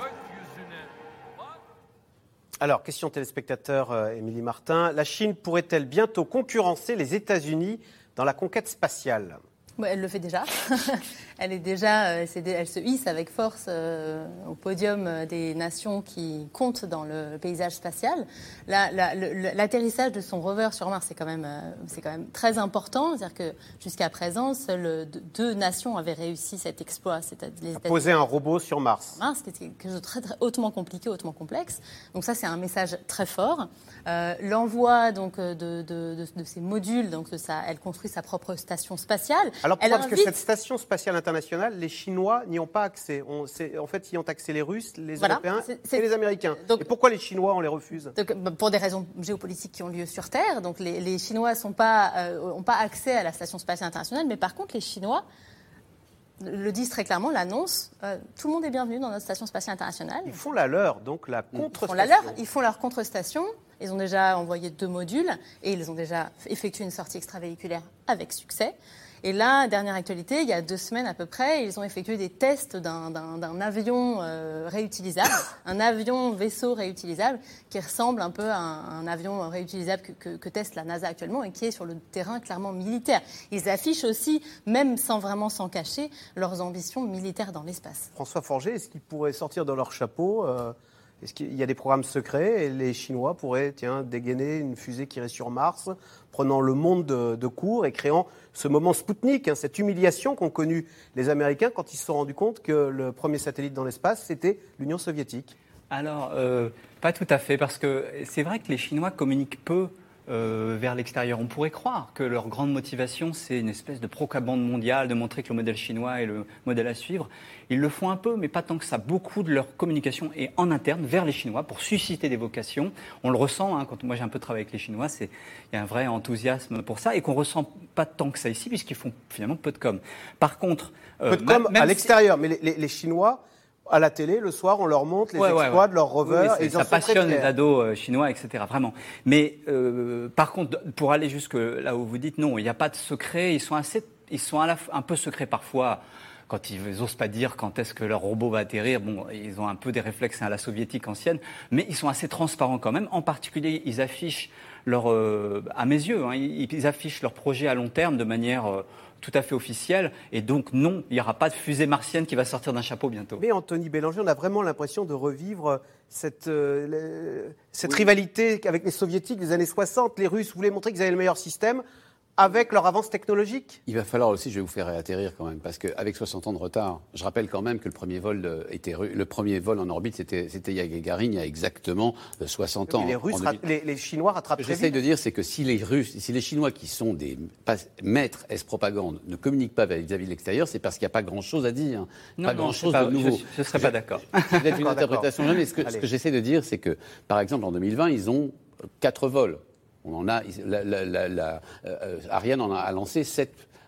Alors, question téléspectateur euh, Émilie Martin, la Chine pourrait-elle bientôt concurrencer les États-Unis dans la conquête spatiale ? Ouais, elle le fait déjà. elle est déjà, euh, c'est, elle se hisse avec force euh, au podium des nations qui comptent dans le paysage spatial. La, la, le, l'atterrissage de son rover sur Mars, c'est quand même, euh, c'est quand même très important. C'est-à-dire que jusqu'à présent, seules deux nations avaient réussi cet exploit. C'est-à-dire les poser un robot sur Mars. Mars, qui est quelque chose de très, très hautement compliqué, hautement complexe. Donc ça, c'est un message très fort. Euh, l'envoi donc de, de, de, de ces modules, donc de sa, elle construit sa propre station spatiale. Alors pourquoi ? Parce invite... que cette station spatiale internationale, les Chinois n'y ont pas accès. On, en fait, y ont accès les Russes, les voilà, Européens c'est, c'est... et les Américains. Donc, et pourquoi les Chinois, on les refuse ? Donc, pour des raisons géopolitiques qui ont lieu sur Terre. Donc les, les Chinois n'ont pas, euh, pas accès à la station spatiale internationale, mais par contre, les Chinois le disent très clairement, l'annonce, euh, tout le monde est bienvenu dans notre station spatiale internationale. Ils font la leur, donc la contre-station. Ils font la leur, ils font leur contre-station. Ils ont déjà envoyé deux modules et ils ont déjà effectué une sortie extravéhiculaire avec succès. Et là, dernière actualité, il y a deux semaines à peu près, ils ont effectué des tests d'un, d'un, d'un avion euh, réutilisable, un avion-vaisseau réutilisable qui ressemble un peu à un, un avion réutilisable que, que, que teste la NASA actuellement et qui est sur le terrain clairement militaire. Ils affichent aussi, même sans vraiment s'en cacher, leurs ambitions militaires dans l'espace. François Forget, est-ce qu'ils pourraient sortir de leur chapeau euh... Est-ce qu'il y a des programmes secrets et les Chinois pourraient tiens, dégainer une fusée qui irait sur Mars, prenant le monde de, de court et créant ce moment Spoutnik, hein, cette humiliation qu'ont connue les Américains quand ils se sont rendus compte que le premier satellite dans l'espace, c'était l'Union soviétique ? Alors, euh, pas tout à fait, parce que c'est vrai que les Chinois communiquent peu Euh, vers l'extérieur. On pourrait croire que leur grande motivation, c'est une espèce de propagande mondiale, de montrer que le modèle chinois est le modèle à suivre. Ils le font un peu, mais pas tant que ça. Beaucoup de leur communication est en interne, vers les Chinois, pour susciter des vocations. On le ressent, hein, quand moi j'ai un peu travaillé avec les Chinois, c'est, il y a un vrai enthousiasme pour ça, et qu'on ressent pas tant que ça ici, puisqu'ils font finalement peu de com. Par contre... Euh, peu de com même à l'extérieur, si... mais les, les, les Chinois... À la télé, le soir, on leur montre les ouais, exploits ouais, ouais. de leurs rovers. Oui, et ils ça en passionne les ados chinois, et cetera. Vraiment. Mais euh, par contre, pour aller jusque là où vous dites non, il n'y a pas de secret. Ils sont assez, ils sont à la, un peu secrets parfois. Quand ils n'osent pas dire quand est-ce que leur robot va atterrir, bon, ils ont un peu des réflexes à la soviétique ancienne, mais ils sont assez transparents quand même. En particulier, ils affichent leur, euh, à mes yeux, hein, ils, ils affichent leur projet à long terme de manière euh, tout à fait officielle. Et donc, non, il n'y aura pas de fusée martienne qui va sortir d'un chapeau bientôt. Mais Anthony Bélanger, on a vraiment l'impression de revivre cette, euh, le, cette oui. rivalité avec les soviétiques des années soixante. Les Russes voulaient montrer qu'ils avaient le meilleur système. Avec leur avance technologique ? Il va falloir aussi, je vais vous faire réatterrir quand même, parce qu'avec soixante ans de retard, je rappelle quand même que le premier vol, de, était, le premier vol en orbite, c'était, c'était Gagarin il y a exactement soixante ans. Mais les, Russes, rat, les, les Chinois rattrapent très vite. Ce que j'essaye de dire, c'est que si les Russes, si les Chinois, qui sont des maîtres S-propagande, ne communiquent pas vis-à-vis de l'extérieur, c'est parce qu'il n'y a pas grand-chose à dire. Non, pas non, grand-chose pas, de nouveau. Je ne serais pas d'accord. C'est peut-être une interprétation jamais. Ce que, ce que j'essaie de dire, c'est que, par exemple, en deux mille vingt, ils ont quatre vols. On en a, la, la, la, la, euh, Ariane en a, a lancé sept,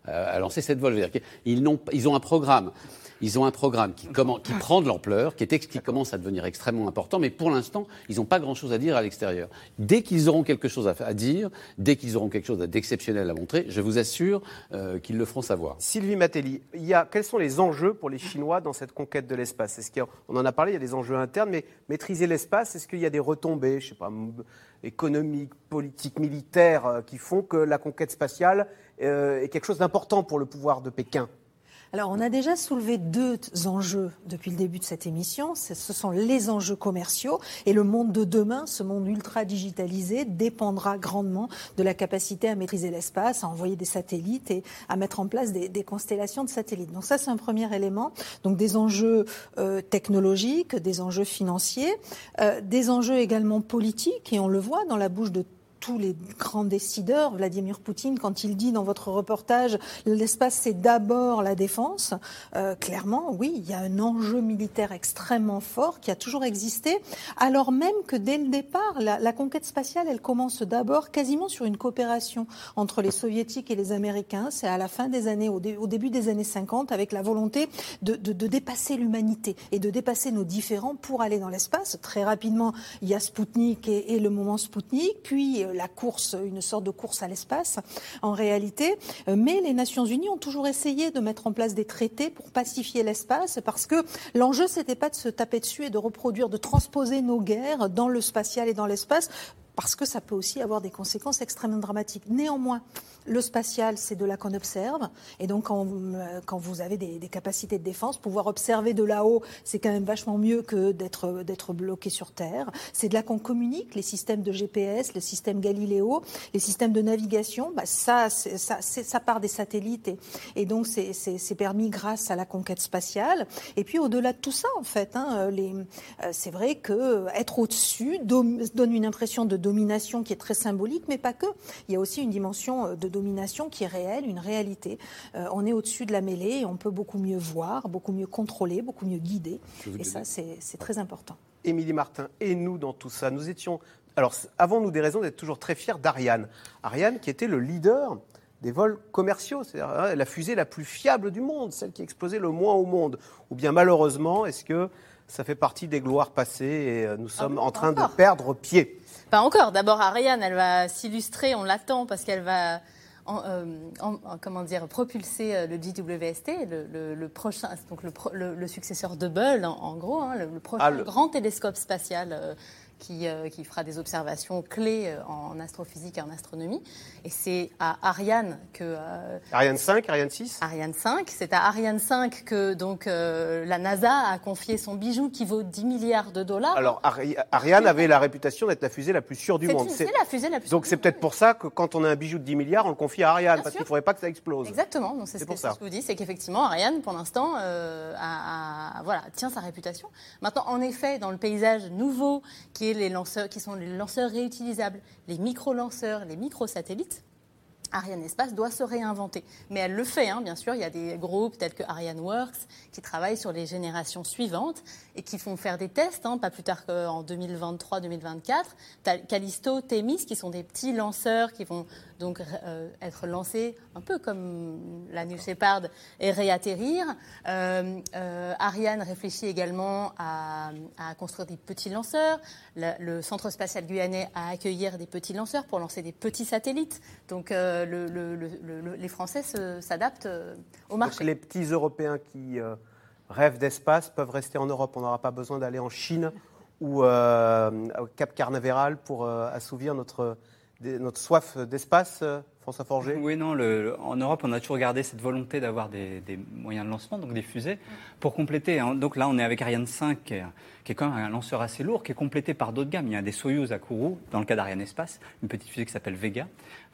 à lancer cette vol. Ils, n'ont, ils ont un programme. Ils ont un programme qui, comment, qui prend de l'ampleur, qui, est, qui commence à devenir extrêmement important, mais pour l'instant, ils n'ont pas grand-chose à dire à l'extérieur. Dès qu'ils auront quelque chose à, à dire, dès qu'ils auront quelque chose d'exceptionnel à montrer, je vous assure euh, qu'ils le feront savoir. Sylvie Matelli, il y a, quels sont les enjeux pour les Chinois dans cette conquête de l'espace ? Est-ce qu'il y a, on en a parlé, il y a des enjeux internes, mais maîtriser l'espace, est-ce qu'il y a des retombées, je sais pas, économiques, politiques, militaires, euh, qui font que la conquête spatiale euh, est quelque chose d'important pour le pouvoir de Pékin ? Alors, on a déjà soulevé deux enjeux depuis le début de cette émission. Ce sont les enjeux commerciaux et le monde de demain, ce monde ultra digitalisé, dépendra grandement de la capacité à maîtriser l'espace, à envoyer des satellites et à mettre en place des, des constellations de satellites. Donc ça, c'est un premier élément. Donc des enjeux euh, technologiques, des enjeux financiers, euh, des enjeux également politiques, et on le voit dans la bouche de tous les grands décideurs. Vladimir Poutine, quand il dit dans votre reportage « l'espace, c'est d'abord la défense euh, », clairement, oui, il y a un enjeu militaire extrêmement fort qui a toujours existé, alors même que dès le départ, la, la conquête spatiale, elle commence d'abord quasiment sur une coopération entre les Soviétiques et les Américains. C'est à la fin des années, au, dé, au début des années cinquante, avec la volonté de, de, de dépasser l'humanité et de dépasser nos différends pour aller dans l'espace. Très rapidement, il y a Spoutnik et, et le moment Spoutnik, puis la course, une sorte de course à l'espace en réalité. Mais les Nations Unies ont toujours essayé de mettre en place des traités pour pacifier l'espace, parce que l'enjeu, c'était pas de se taper dessus et de reproduire, de transposer nos guerres dans le spatial et dans l'espace, parce que ça peut aussi avoir des conséquences extrêmement dramatiques. Néanmoins, le spatial, c'est de là qu'on observe. Et donc, quand, quand vous avez des, des capacités de défense, pouvoir observer de là-haut, c'est quand même vachement mieux que d'être, d'être bloqué sur Terre. C'est de là qu'on communique, les systèmes de G P S, le système Galiléo, les systèmes de navigation. Bah, ça, c'est, ça, c'est, ça part des satellites. Et, et donc, c'est, c'est, c'est permis grâce à la conquête spatiale. Et puis, au-delà de tout ça, en fait, hein, les, euh, c'est vrai qu'être au-dessus dom, donne une impression de domination qui est très symbolique, mais pas que. Il y a aussi une dimension de domination qui est réelle, une réalité. Euh, on est au-dessus de la mêlée et on peut beaucoup mieux voir, beaucoup mieux contrôler, beaucoup mieux guider. Et ça, c'est, c'est très important. Émilie Martin, et nous dans tout ça, nous étions... Alors, avons-nous des raisons d'être toujours très fiers d'Ariane ? Ariane qui était le leader des vols commerciaux, c'est-à-dire la fusée la plus fiable du monde, celle qui explosait le moins au monde. Ou bien malheureusement, est-ce que ça fait partie des gloires passées et nous sommes ah, en train encore. de perdre pied ? Pas encore. D'abord, Ariane, elle va s'illustrer, on l'attend, parce qu'elle va... En, euh, en, en, comment dire, propulser le G W S T, le, le, le prochain, donc le, le, le successeur de Hubble, en, en gros, hein, le, le prochain ah, le... grand télescope spatial euh, qui, euh, qui fera des observations clés euh, en astrophysique et en astronomie. Et c'est à Ariane que... Euh, Ariane cinq, Ariane six Ariane cinq. C'est à Ariane cinq que donc, euh, la NASA a confié son bijou qui vaut dix milliards de dollars. Alors, Ari- Ariane avait la réputation d'être la fusée la plus sûre du c'est monde. Une, c'est, c'est la fusée la plus Donc, sûre c'est peut-être pour ça que quand on a un bijou de dix milliards, on le confie à Ariane, Bien parce sûr. qu'il ne faudrait pas que ça explose. Exactement. Donc, c'est, c'est, ce, que, c'est ce que je vous dis, c'est qu'effectivement, Ariane, pour l'instant, euh, a, a, voilà, tient sa réputation. Maintenant, en effet, dans le paysage nouveau, qui, est les lanceurs, qui sont les lanceurs réutilisables, les micro-lanceurs, les micro-satellites, Ariane Espace doit se réinventer. Mais elle le fait, hein, bien sûr. Il y a des groupes tels que Ariane Works qui travaillent sur les générations suivantes et qui font faire des tests, hein, pas plus tard qu'en deux mille vingt-trois deux mille vingt-quatre. Callisto, Thémis, qui sont des petits lanceurs qui vont donc euh, être lancés un peu comme la New Shepard et réatterrir. Euh, euh, Ariane réfléchit également à, à construire des petits lanceurs. Le, le Centre spatial guyanais à accueillir des petits lanceurs pour lancer des petits satellites. Donc, euh, Le, le, le, le, les Français se, s'adaptent euh, au marché. Donc les petits Européens qui euh, rêvent d'espace peuvent rester en Europe. On n'aura pas besoin d'aller en Chine ou euh, au Cap Carnaveral pour euh, assouvir notre, des, notre soif d'espace, euh, François Forger. Oui, non, le, le, en Europe, on a toujours gardé cette volonté d'avoir des, des moyens de lancement, donc des fusées, pour compléter. Hein. Donc là, on est avec Ariane cinq, qui est, qui est quand même un lanceur assez lourd, qui est complété par d'autres gammes. Il y a des Soyouz à Kourou, dans le cas d'Ariane Espace, une petite fusée qui s'appelle Vega,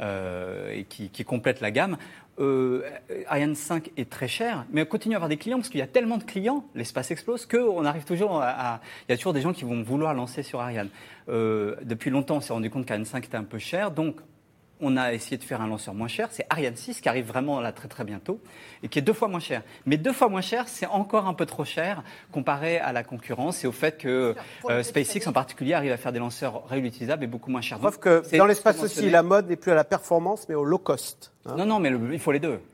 euh, et qui, qui complète la gamme. Euh, Ariane cinq est très cher, mais on continue à avoir des clients, parce qu'il y a tellement de clients, l'espace explose, qu'on arrive toujours à, à... Il y a toujours des gens qui vont vouloir lancer sur Ariane. Euh, depuis longtemps, on s'est rendu compte qu'Ariane cinq était un peu cher, donc on a essayé de faire un lanceur moins cher. C'est Ariane six qui arrive vraiment là très très bientôt et qui est deux fois moins cher. Mais deux fois moins cher, c'est encore un peu trop cher comparé à la concurrence et au fait que euh, SpaceX en particulier arrive à faire des lanceurs réutilisables et beaucoup moins chers. Sauf que dans l'espace aussi, la mode n'est plus à la performance mais au low cost. Hein. Non, non, mais le, il faut les deux.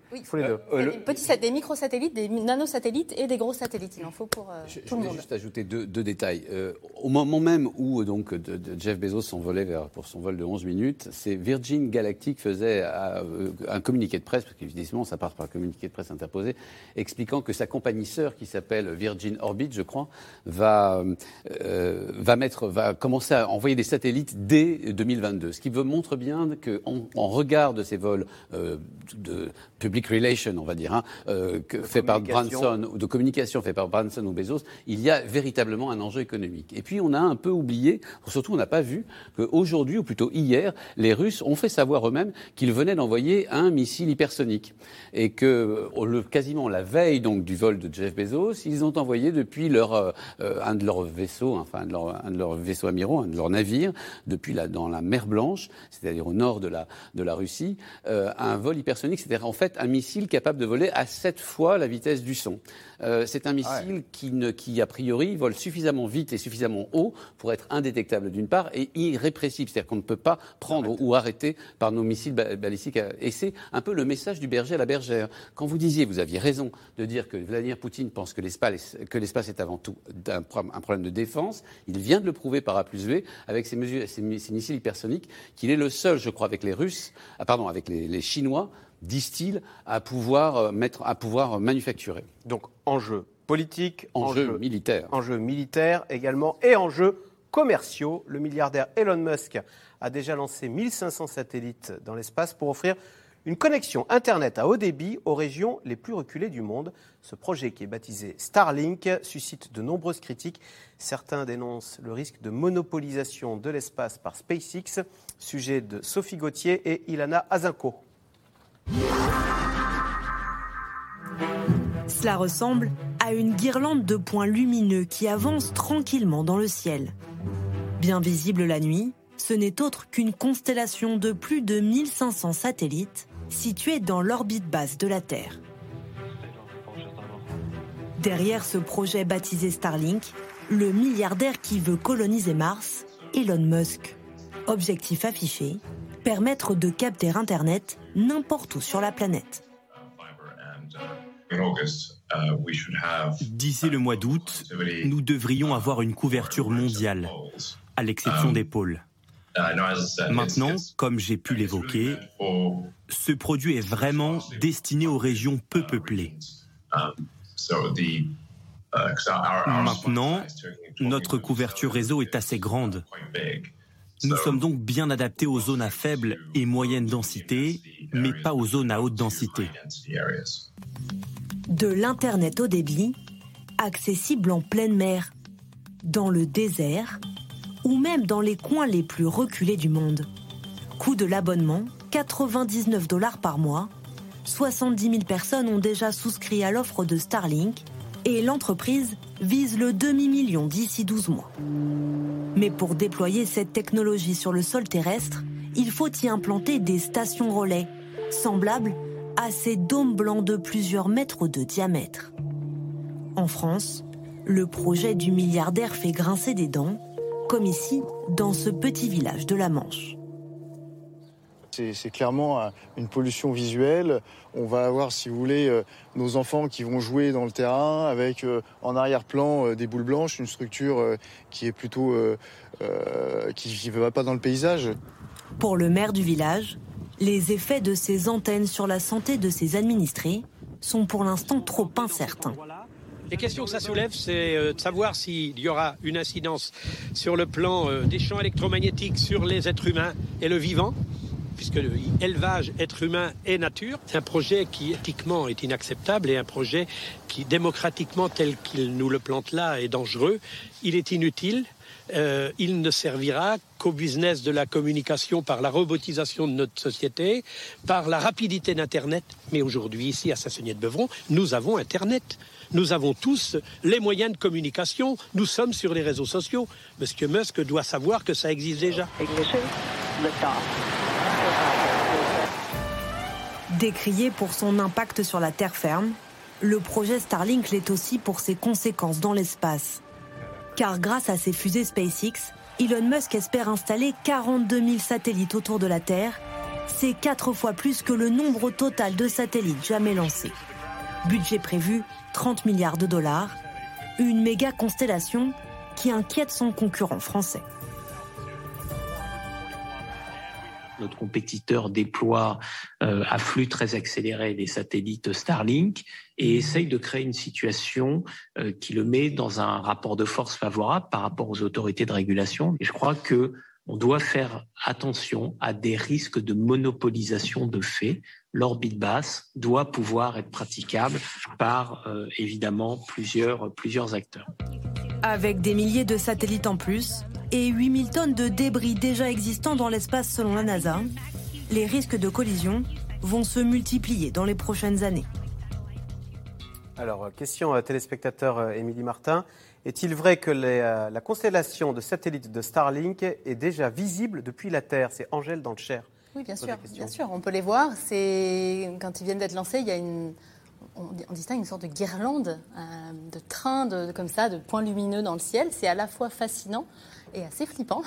Oui. Il faut les deux. Il y a des, petits, des microsatellites, des nanosatellites et des gros satellites. Il en faut pour euh, je, tout je le voulais monde. juste ajouter deux, deux détails. Euh, au moment même où donc, de, de Jeff Bezos s'envolait vers, pour son vol de onze minutes, c'est Virgin Galactic faisait euh, un communiqué de presse, parce qu'évidemment ça part par un communiqué de presse interposé, expliquant que sa compagnie sœur, qui s'appelle Virgin Orbit, je crois, va, euh, va, mettre, va commencer à envoyer des satellites dès deux mille vingt-deux. Ce qui montre bien qu'en en regard de ces vols euh, de public relations, on va dire, hein, euh, que, fait par Branson, ou de communication fait par Branson ou Bezos, il y a véritablement un enjeu économique. Et puis on a un peu oublié, surtout on n'a pas vu, qu'aujourd'hui, ou plutôt hier, les Russes ont fait savoir eux-mêmes qu'ils venaient d'envoyer un missile hypersonique. Et que le, quasiment la veille donc, du vol de Jeff Bezos, ils ont envoyé depuis leur, euh, un de leurs vaisseaux, enfin un de leurs, un de leurs vaisseaux amiraux, un de leurs navires, depuis la, dans la mer Blanche, c'est-à-dire au nord de la, de la Russie, euh, un vol hypersonique, c'est-à-dire en fait un missile capable de voler à sept fois la vitesse du son. Euh, c'est un missile ah ouais. qui, ne, qui, a priori, vole suffisamment vite et suffisamment haut pour être indétectable d'une part et irrépressible, c'est-à-dire qu'on ne peut pas prendre Arrête. ou arrêter par nos missiles balistiques. Et c'est un peu le message du berger à la bergère. Quand vous disiez, vous aviez raison de dire que Vladimir Poutine pense que l'espace, que l'espace est avant tout un, un problème de défense, il vient de le prouver par A plus B avec ces, mesures, ces, ces missiles hypersoniques, qu'il est le seul, je crois, avec les Russes, ah, pardon, avec les, les Chinois, disent-ils, à pouvoir mettre, à pouvoir manufacturer. Donc enjeux politiques, enjeux enjeu militaires, enjeux militaires également et enjeux commerciaux. Le milliardaire Elon Musk a déjà lancé mille cinq cents satellites dans l'espace pour offrir une connexion Internet à haut débit aux régions les plus reculées du monde. Ce projet, qui est baptisé Starlink, suscite de nombreuses critiques. Certains dénoncent le risque de monopolisation de l'espace par SpaceX. Sujet de Sophie Gauthier et Ilana Azinko. Cela ressemble à une guirlande de points lumineux qui avance tranquillement dans le ciel. Bien visible la nuit, ce n'est autre qu'une constellation de plus de mille cinq cents satellites situés dans l'orbite basse de la Terre. Derrière ce projet baptisé Starlink, le milliardaire qui veut coloniser Mars, Elon Musk. Objectif affiché, permettre de capter Internet n'importe où sur la planète. D'ici le mois d'août, nous devrions avoir une couverture mondiale, à l'exception des pôles. Maintenant, comme j'ai pu l'évoquer, ce produit est vraiment destiné aux régions peu peuplées. Maintenant, notre couverture réseau est assez grande. Nous sommes donc bien adaptés aux zones à faible et moyenne densité, mais pas aux zones à haute densité. De l'Internet haut débit, accessible en pleine mer, dans le désert ou même dans les coins les plus reculés du monde. Coût de l'abonnement, quatre-vingt-dix-neuf dollars par mois. soixante-dix mille personnes ont déjà souscrit à l'offre de Starlink et l'entreprise vise le demi-million d'ici douze mois. Mais pour déployer cette technologie sur le sol terrestre, il faut y implanter des stations relais, semblables à ces dômes blancs de plusieurs mètres de diamètre. En France, le projet du milliardaire fait grincer des dents, comme ici, dans ce petit village de la Manche. C'est, c'est clairement une pollution visuelle. On va avoir, si vous voulez, euh, nos enfants qui vont jouer dans le terrain avec euh, en arrière-plan euh, des boules blanches, une structure euh, qui est plutôt euh, euh, qui ne va pas dans le paysage. Pour le maire du village, les effets de ces antennes sur la santé de ses administrés sont pour l'instant trop incertains. Les questions que ça soulève, c'est de savoir s'il y aura une incidence sur le plan des champs électromagnétiques sur les êtres humains et le vivant, puisque élevage, être humain et nature, c'est un projet qui éthiquement est inacceptable et un projet qui démocratiquement tel qu'il nous le plante là est dangereux. Il est inutile. Euh, il ne servira qu'au business de la communication par la robotisation de notre société, par la rapidité d'Internet. Mais aujourd'hui, ici, à Sassagnier-de-Beuvron, nous avons Internet. Nous avons tous les moyens de communication. Nous sommes sur les réseaux sociaux. Monsieur Musk doit savoir que ça existe déjà. Décrié pour son impact sur la terre ferme, le projet Starlink l'est aussi pour ses conséquences dans l'espace. Car grâce à ses fusées SpaceX, Elon Musk espère installer quarante-deux mille satellites autour de la Terre C'est quatre fois plus que le nombre total de satellites jamais lancés. Budget prévu, trente milliards de dollars. Une méga constellation qui inquiète son concurrent français. Notre compétiteur déploie euh, à flux très accéléré des satellites Starlink et essaye de créer une situation euh, qui le met dans un rapport de force favorable par rapport aux autorités de régulation. Et je crois que on doit faire attention à des risques de monopolisation de fait. L'orbite basse doit pouvoir être praticable par, euh, évidemment, plusieurs, plusieurs acteurs. Avec des milliers de satellites en plus et huit mille tonnes de débris déjà existants dans l'espace selon la NASA, les risques de collision vont se multiplier dans les prochaines années. Alors, question à téléspectateur Émilie Martin. Est-il vrai que les, euh, la constellation de satellites de Starlink est déjà visible depuis la Terre ? C'est Angèle dans le Cher. Oui, bien sûr, bien sûr, on peut les voir. C'est, quand ils viennent d'être lancés, il y a une, on, on distingue une sorte de guirlande euh, de trains de, de, comme ça, de points lumineux dans le ciel. C'est à la fois fascinant et assez flippant.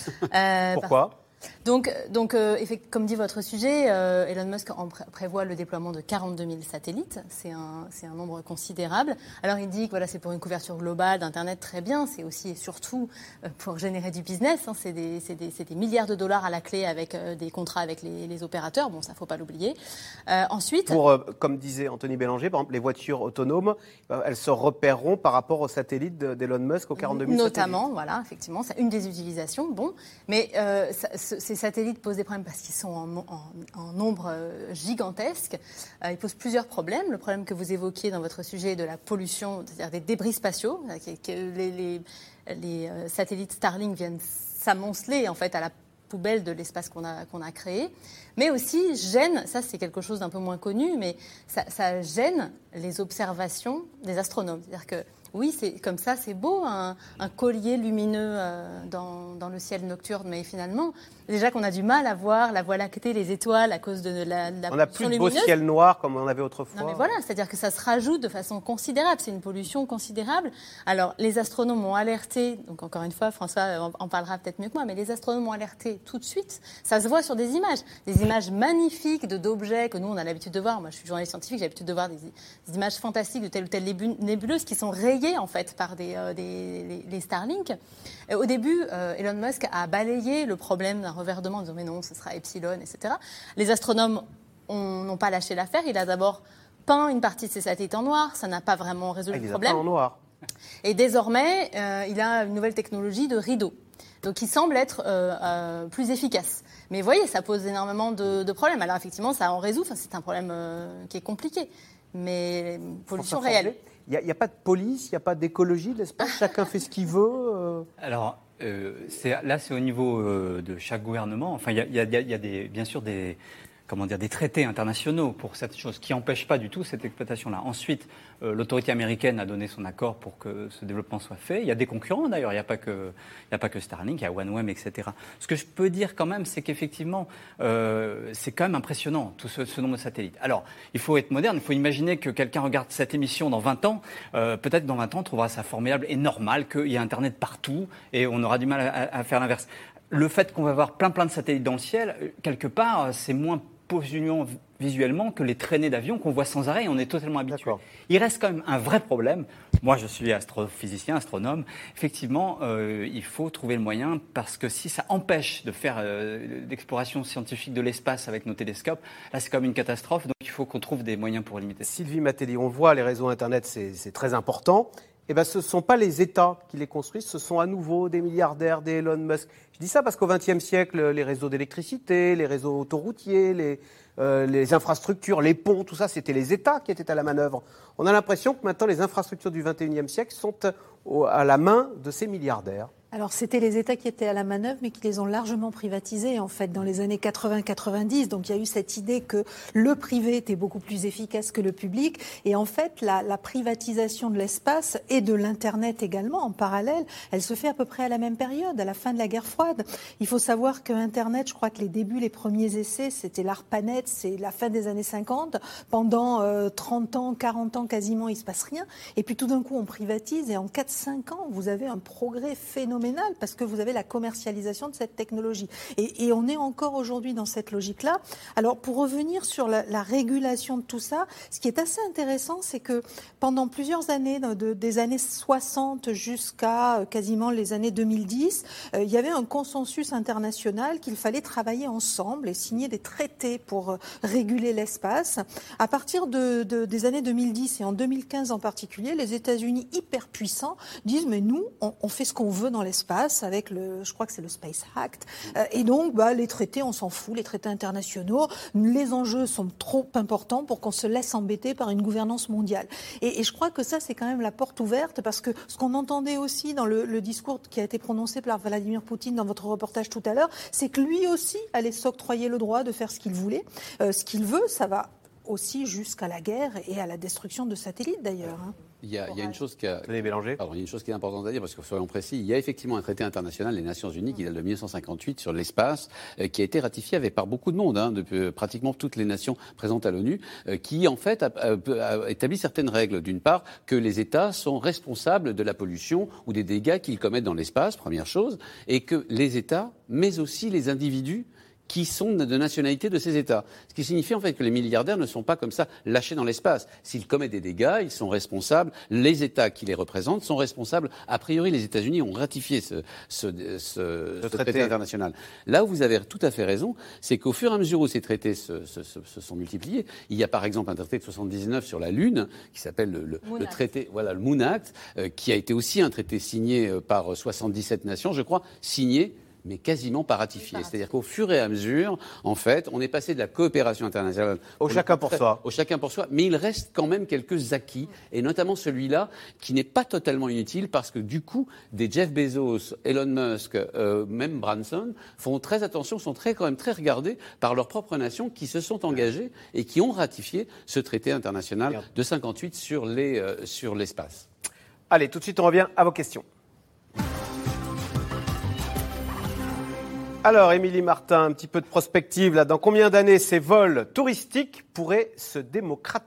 euh, Pourquoi ? Donc, donc euh, comme dit votre sujet, euh, Elon Musk en pré- prévoit le déploiement de quarante-deux mille satellites. C'est un, c'est un nombre considérable. Alors, il dit que voilà, c'est pour une couverture globale d'Internet, très bien. C'est aussi et surtout euh, pour générer du business. Hein. C'est, des, c'est, des, c'est des milliards de dollars à la clé avec euh, des contrats avec les, les opérateurs. Bon, ça, faut pas l'oublier. Euh, ensuite, pour, euh, comme disait Anthony Bélanger, par exemple, les voitures autonomes, euh, elles se repéreront par rapport aux satellites de, d'Elon Musk, aux quarante-deux mille satellites. Notamment, voilà, effectivement, c'est une des utilisations. Bon, mais euh, ça, ces satellites posent des problèmes parce qu'ils sont en, en, en nombre gigantesque. Euh, ils posent plusieurs problèmes. Le problème que vous évoquiez dans votre sujet de la pollution, c'est-à-dire des débris spatiaux. Que les, les, les satellites Starlink viennent s'amonceler en fait à la poubelle de l'espace qu'on a, qu'on a créé. Mais aussi gêne, ça c'est quelque chose d'un peu moins connu, mais ça, ça gêne les observations des astronomes. C'est-à-dire que oui, c'est comme ça, c'est beau, un, un collier lumineux euh, dans, dans le ciel nocturne, mais finalement, déjà qu'on a du mal à voir la Voie lactée, les étoiles à cause de la, de la pollution lumineuse. On n'a plus de beau ciel noir comme on avait autrefois. Non, mais voilà, c'est-à-dire que ça se rajoute de façon considérable, c'est une pollution considérable. Alors, les astronomes ont alerté, donc encore une fois, François en parlera peut-être mieux que moi, mais les astronomes ont alerté tout de suite. Ça se voit sur des images, des images magnifiques de, d'objets que nous, on a l'habitude de voir. Moi, je suis journaliste scientifique, j'ai l'habitude de voir des, des images fantastiques de telle ou telle nébuleuse qui sont rayées en fait par des, euh, des les, les Starlink. Et au début, euh, Elon Musk a balayé le problème d'un reverdement en disant mais non, ce sera Epsilon, et cetera. Les astronomes ont, n'ont pas lâché l'affaire. Il a d'abord peint une partie de ses satellites en noir. Ça n'a pas vraiment résolu ah, le problème. Il les a peints en noir. Et désormais, euh, il a une nouvelle technologie de rideau. Donc, qui semble être euh, euh, plus efficace. Mais vous voyez, ça pose énormément de, de problèmes. Alors, effectivement, ça en résout. Enfin, c'est un problème euh, qui est compliqué. Mais pollution réelle. Il n'y a, a pas de police, il n'y a pas d'écologie de l'espace, chacun fait ce qu'il veut. Euh... Alors, euh, c'est, là, c'est au niveau euh, de chaque gouvernement. Enfin, il y a, y a, y a des, bien sûr des, comment dire, des traités internationaux pour cette chose qui n'empêchent pas du tout cette exploitation-là. Ensuite, euh, l'autorité américaine a donné son accord pour que ce développement soit fait. Il y a des concurrents d'ailleurs, il n'y a pas que, il y a pas que Starlink, il y a OneWeb, et cetera. Ce que je peux dire quand même, c'est qu'effectivement, euh, c'est quand même impressionnant tout ce, ce nombre de satellites. Alors, il faut être moderne, il faut imaginer que quelqu'un regarde cette émission dans vingt ans, euh, peut-être dans vingt ans, on trouvera ça formidable et normal qu'il y ait Internet partout et on aura du mal à, à faire l'inverse. Le fait qu'on va avoir plein plein de satellites dans le ciel, quelque part, c'est moins polluant visuellement que les traînées d'avions qu'on voit sans arrêt et on est totalement habitué. D'accord. Il reste quand même un vrai problème. Moi, je suis astrophysicien, astronome. Effectivement, euh, il faut trouver le moyen parce que si ça empêche de faire euh, l'exploration scientifique de l'espace avec nos télescopes, là, c'est comme une catastrophe. Donc, il faut qu'on trouve des moyens pour limiter. Sylvie Matelli, on voit les réseaux Internet, c'est, c'est très important. Eh ben, ce ne sont pas les États qui les construisent, ce sont à nouveau des milliardaires, des Elon Musk. Je dis ça parce qu'au vingtième siècle, les réseaux d'électricité, les réseaux autoroutiers, les, euh, les infrastructures, les ponts, tout ça, c'était les États qui étaient à la manœuvre. On a l'impression que maintenant, les infrastructures du vingt et unième siècle sont au, à la main de ces milliardaires. Alors, c'était les États qui étaient à la manœuvre, mais qui les ont largement privatisés, en fait, dans les années quatre-vingts quatre-vingt-dix. Donc, il y a eu cette idée que le privé était beaucoup plus efficace que le public. Et en fait, la, la privatisation de l'espace et de l'Internet également, en parallèle, elle se fait à peu près à la même période, à la fin de la guerre froide. Il faut savoir que Internet, je crois que les débuts, les premiers essais, c'était l'ARPANET, fait, c'est la fin des années cinquante. Pendant euh, trente ans, quarante ans quasiment, il ne se passe rien. Et puis tout d'un coup, on privatise et en quatre cinq ans, vous avez un progrès phénoménal parce que vous avez la commercialisation de cette technologie. Et, et on est encore aujourd'hui dans cette logique-là. Alors, pour revenir sur la, la régulation de tout ça, ce qui est assez intéressant, c'est que pendant plusieurs années, de, des années soixante jusqu'à euh, quasiment les années deux mille dix, euh, il y avait un consensus international qu'il fallait travailler ensemble et signer des traités pour euh, réguler l'espace. À partir de, de, des années deux mille dix et en deux mille quinze en particulier, les États-Unis hyper puissants disent mais nous, on, on fait ce qu'on veut dans l'espace avec le, je crois que c'est le Space Act. Euh, et donc, bah, les traités, on s'en fout, les traités internationaux, les enjeux sont trop importants pour qu'on se laisse embêter par une gouvernance mondiale. Et, et je crois que ça, c'est quand même la porte ouverte parce que ce qu'on entendait aussi dans le, le discours qui a été prononcé par Vladimir Poutine dans votre reportage tout à l'heure, c'est que lui aussi allait s'octroyer le droit de faire ce qu'il voulait. Euh, ce qu'il veut, ça va aussi jusqu'à la guerre et à la destruction de satellites d'ailleurs. Hein. Il y, a, il y a une chose qui a, pardon, il y a une chose qui est importante à dire parce que soyons précis, il y a effectivement un traité international des Nations Unies qui date de mille neuf cent cinquante-huit sur l'espace, euh, qui a été ratifié avec par beaucoup de monde, hein, depuis euh, pratiquement toutes les nations présentes à l'ONU, euh, qui en fait a, a, a établi certaines règles. D'une part, que les États sont responsables de la pollution ou des dégâts qu'ils commettent dans l'espace, première chose, et que les États, mais aussi les individus, qui sont de nationalité de ces États. Ce qui signifie en fait que les milliardaires ne sont pas comme ça lâchés dans l'espace. S'ils commettent des dégâts, ils sont responsables. Les États qui les représentent sont responsables. A priori, les États-Unis ont ratifié ce, ce, ce, ce traité. traité international. Là où vous avez tout à fait raison, c'est qu'au fur et à mesure où ces traités se, se, se, se sont multipliés, il y a par exemple un traité de soixante-dix-neuf sur la Lune qui s'appelle le, le, le traité, voilà, le Moon Act, euh, qui a été aussi un traité signé euh, par soixante-dix-sept nations, je crois, signé mais quasiment pas ratifié. C'est-à-dire qu'au fur et à mesure, en fait, on est passé de la coopération internationale au chacun pour soi, au chacun pour soi, mais il reste quand même quelques acquis, et notamment celui-là qui n'est pas totalement inutile parce que du coup, des Jeff Bezos, Elon Musk, euh, même Branson font très attention, sont très quand même très regardés par leurs propres nations qui se sont engagées et qui ont ratifié ce traité international de cinquante-huit sur les euh, sur l'espace. Allez, tout de suite, on revient à vos questions. Alors, Émilie Martin, un petit peu de prospective là. Dans combien d'années ces vols touristiques pourraient se démocratiser ?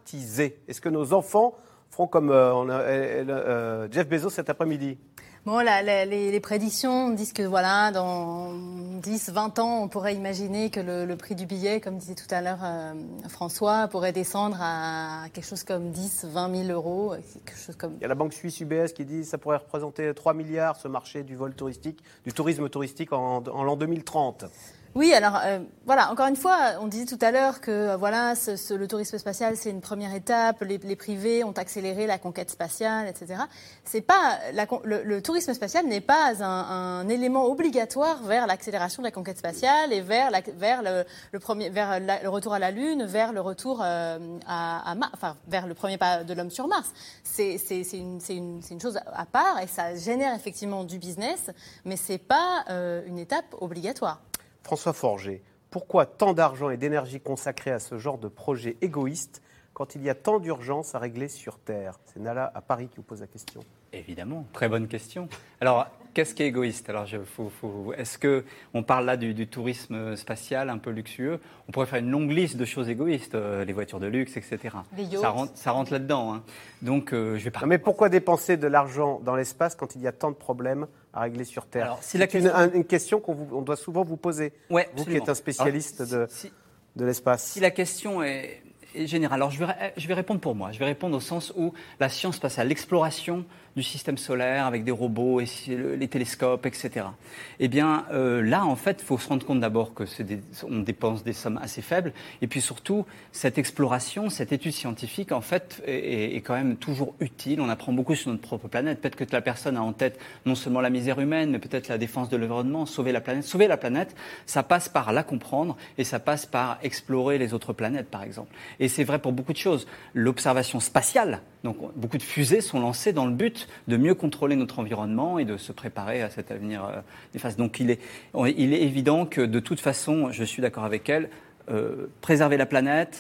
Est-ce que nos enfants feront comme euh, on a, euh, euh, Jeff Bezos cet après-midi ? Bon, la, la, les, les prédictions disent que voilà, dans dix, vingt ans, on pourrait imaginer que le, le prix du billet, comme disait tout à l'heure euh, François, pourrait descendre à quelque chose comme dix, vingt mille euros. Quelque chose comme... Il y a la banque suisse U B S qui dit que ça pourrait représenter trois milliards, ce marché du vol touristique, du tourisme touristique en, en l'an deux mille trente. Oui, alors euh, voilà, encore une fois, on disait tout à l'heure que euh, voilà, ce, ce, le tourisme spatial, c'est une première étape. Les, les privés ont accéléré la conquête spatiale, et cetera. C'est pas la, le, le tourisme spatial n'est pas un, un élément obligatoire vers l'accélération de la conquête spatiale et vers, la, vers le, le premier, vers la, le retour à la Lune, vers le retour euh, à, à Mars, enfin vers le premier pas de l'homme sur Mars. C'est, c'est, c'est, une, c'est, une, c'est une chose à part et ça génère effectivement du business, mais c'est pas euh, une étape obligatoire. François Forger, pourquoi tant d'argent et d'énergie consacrés à ce genre de projet égoïste quand il y a tant d'urgence à régler sur Terre ? C'est Nala à Paris qui vous pose la question. Évidemment, très bonne question. Alors, qu'est-ce qui est égoïste ? Alors, je, faut, faut, est-ce qu'on parle là du, du tourisme spatial un peu luxueux ? On pourrait faire une longue liste de choses égoïstes, euh, les voitures de luxe, et cetera. Ça rentre, ça rentre là-dedans. Hein. Donc, euh, je vais pas. Non, mais pourquoi dépenser de l'argent dans l'espace quand il y a tant de problèmes à régler sur Terre ? Alors, si la C'est question... une, une question qu'on vous, on doit souvent vous poser. Ouais, vous absolument. qui êtes un spécialiste Alors, si, de, si, de l'espace. Si la question est, est générale, alors je vais, je vais répondre pour moi. Je vais répondre au sens où la science passe à l'exploration du système solaire avec des robots, et les télescopes, et cetera. Eh bien, euh, là, en fait, il faut se rendre compte d'abord que c'est des, on dépense des sommes assez faibles, et puis surtout, cette exploration, cette étude scientifique, en fait, est, est quand même toujours utile. On apprend beaucoup sur notre propre planète. Peut-être que la personne a en tête non seulement la misère humaine, mais peut-être la défense de l'environnement, sauver la planète. Sauver la planète, ça passe par la comprendre, et ça passe par explorer les autres planètes, par exemple. Et c'est vrai pour beaucoup de choses. L'observation spatiale, donc beaucoup de fusées sont lancées dans le but de mieux contrôler notre environnement et de se préparer à cet avenir euh, néfaste. Donc il est, il est évident que de toute façon, je suis d'accord avec elle, euh, préserver la planète,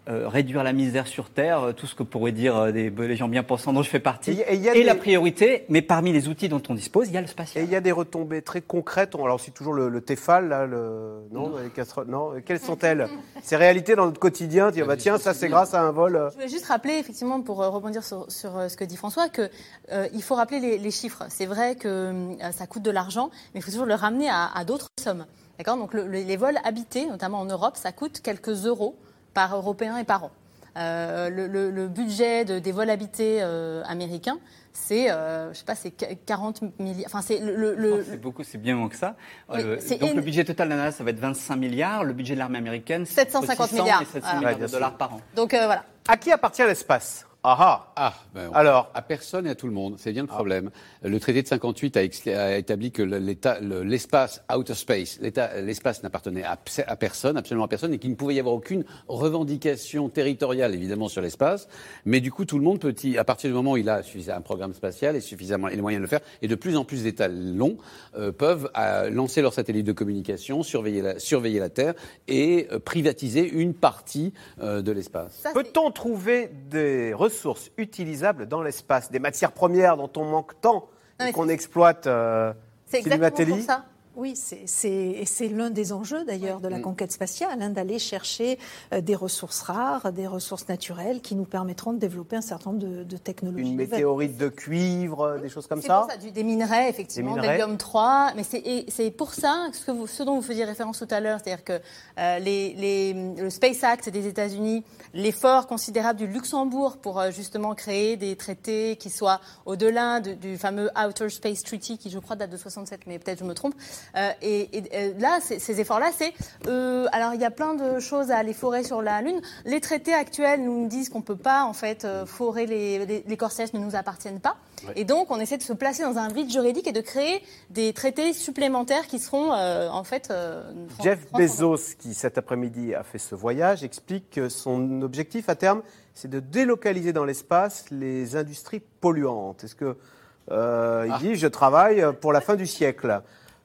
euh, réduire la misère sur Terre, euh, tout ce que pourraient dire euh, des, des gens bien pensants dont je fais partie. Et, et, y a et des... la priorité, mais parmi les outils dont on dispose, il y a le spatial. Et il y a des retombées très concrètes. Alors c'est toujours le, le Tefal, là, le... non, non. Les casseroles, non. Quelles sont-elles? Ces réalités dans notre quotidien. Tu dis, bah, tiens, ça c'est grâce à un vol. Je voulais juste rappeler, effectivement, pour rebondir sur, sur ce que dit François, qu'il euh, faut rappeler les, les chiffres. C'est vrai que euh, ça coûte de l'argent, mais il faut toujours le ramener à, à d'autres sommes. D'accord ? Donc le, les vols habités, notamment en Europe, ça coûte quelques euros par Européen et par an. Euh, le, le, le budget de, des vols habités euh, américains, c'est, euh, je sais pas, c'est quarante milliards. Enfin, c'est le. le, le... Oh, c'est beaucoup, c'est bien moins que ça. Oui, euh, donc une... le budget total de la NASA, ça va être vingt-cinq milliards. Le budget de l'armée américaine, sept cent cinquante milliards. Et sept cents milliards de dollars par an. Donc euh, voilà. À qui appartient l'espace? Ah ah ben, Alors, à personne et à tout le monde, c'est bien le problème. Ah. Le traité de cinquante-huit a, ex- a établi que l'État, le, l'espace outer space, l'État, l'espace n'appartenait à, à personne, absolument à personne, et qu'il ne pouvait y avoir aucune revendication territoriale évidemment sur l'espace. Mais du coup, tout le monde peut, y, à partir du moment où il a un programme spatial et suffisamment et les moyens de le faire, et de plus en plus d'États longs euh, peuvent euh, lancer leurs satellites de communication, surveiller la, surveiller la Terre et euh, privatiser une partie euh, de l'espace. Ça, peut-on trouver des ressources utilisables dans l'espace, des matières premières dont on manque tant et qu'on exploite euh, C'est exactement pour ça. Oui, c'est, c'est, c'est l'un des enjeux d'ailleurs de la conquête spatiale, hein, d'aller chercher euh, des ressources rares, des ressources naturelles qui nous permettront de développer un certain nombre de, de technologies. Une météorite de cuivre, oui. Des choses comme c'est ça. C'est pour ça, du, des minerais effectivement, des minerais. d'hélium trois, mais c'est, et, c'est pour ça ce, que vous, ce dont vous faisiez référence tout à l'heure, c'est-à-dire que euh, les, les, le Space Act des États-Unis, l'effort considérable du Luxembourg pour euh, justement créer des traités qui soient au-delà de, du fameux Outer Space Treaty, qui je crois date de soixante-sept, mais peut-être je me trompe. Euh, et, et, et là, c'est, ces efforts-là, c'est... Euh, alors, il y a plein de choses à aller forer sur la Lune. Les traités actuels nous disent qu'on ne peut pas, en fait, euh, forer les, les, les corsages ne nous appartiennent pas. Ouais. Et donc, on essaie de se placer dans un vide juridique et de créer des traités supplémentaires qui seront, euh, en fait... Euh, Jeff Bezos, qui cet après-midi a fait ce voyage, explique que son objectif à terme, c'est de délocaliser dans l'espace les industries polluantes. Est-ce que... Euh, il ah. dit, je travaille pour la fin du siècle.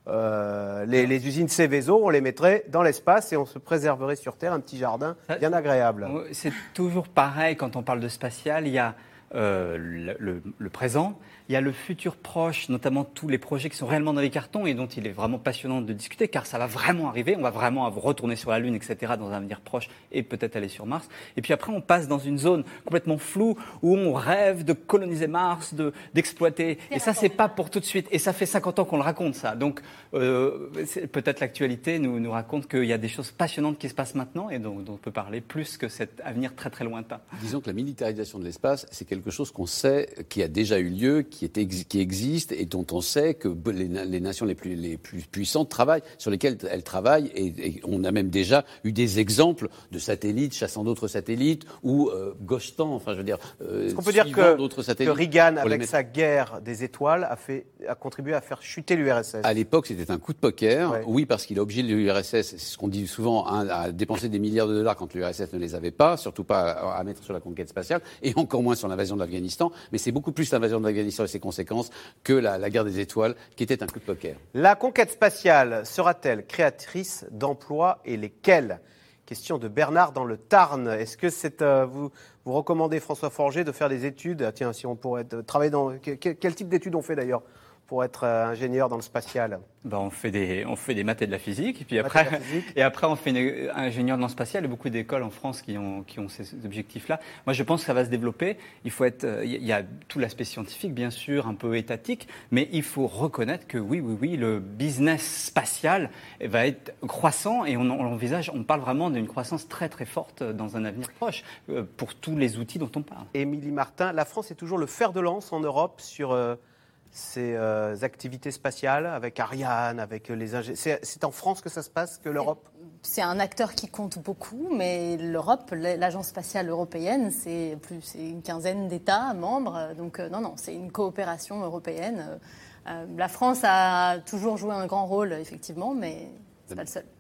Euh, les, les usines Céveso, on les mettrait dans l'espace et on se préserverait sur Terre un petit jardin bien agréable. C'est toujours pareil quand on parle de spatial. Il y a euh, le, le, le présent, il y a le futur proche, notamment tous les projets qui sont réellement dans les cartons et dont il est vraiment passionnant de discuter, car ça va vraiment arriver, on va vraiment retourner sur la Lune, et cetera, dans un avenir proche et peut-être aller sur Mars. Et puis après, on passe dans une zone complètement floue où on rêve de coloniser Mars, de, d'exploiter. Et ça, c'est pas pour tout de suite. Et ça fait cinquante ans qu'on le raconte, ça. Donc, euh, peut-être l'actualité nous, nous raconte qu'il y a des choses passionnantes qui se passent maintenant et dont, dont on peut parler plus que cet avenir très très lointain. Disons que la militarisation de l'espace, c'est quelque chose qu'on sait qui a déjà eu lieu, qui, est ex- qui existe et dont on sait que les, les nations les plus, les plus puissantes travaillent, sur lesquelles elles travaillent. Et, et on a même déjà eu des exemples de satellites chassant d'autres satellites ou euh, ghostant, enfin je veux dire, euh, Est-ce qu'on peut dire que, d'autres satellites. Que Reagan, avec sa guerre des étoiles, a, fait, a contribué à faire chuter l'U R S S? À l'époque, c'était un coup de poker. Ouais. Oui, parce qu'il a obligé l'U R S S, c'est ce qu'on dit souvent, hein, à dépenser des milliards de dollars quand l'U R S S ne les avait pas, surtout pas à, à mettre sur la conquête spatiale, et encore moins sur l'invasion de l'Afghanistan. Mais c'est beaucoup plus l'invasion de l'Afghanistan et ses conséquences que la, la guerre des étoiles, qui était un coup de poker. La conquête spatiale sera-t-elle créatrice d'emplois et lesquels? Question de Bernard dans le Tarn. Est-ce que c'est, euh, vous, vous recommandez, François Forger, de faire des études? Ah, tiens, si on pourrait être, travailler dans... Quel, quel type d'études on fait d'ailleurs pour être euh, ingénieur dans le spatial? Ben, on fait des on fait des maths et de la physique et puis après et après on fait une, ingénieur dans le spatial. Il y a beaucoup d'écoles en France qui ont qui ont ces objectifs-là. Moi, je pense que ça va se développer. Il faut être il y a tout l'aspect scientifique, bien sûr, un peu étatique, mais il faut reconnaître que oui, oui, oui, le business spatial va être croissant et on, on l'envisage. On parle vraiment d'une croissance très très forte dans un avenir proche euh, pour tous les outils dont on parle. Émilie Martin, la France est toujours le fer de lance en Europe sur euh... ces euh, activités spatiales avec Ariane, avec les ingénieurs. C'est, c'est en France que ça se passe, que l'Europe? C'est un acteur qui compte beaucoup, mais l'Europe, l'Agence spatiale européenne, c'est, plus, c'est une quinzaine d'États membres. Donc euh, non, non, c'est une coopération européenne. Euh, la France a toujours joué un grand rôle, effectivement, mais c'est pas le seul.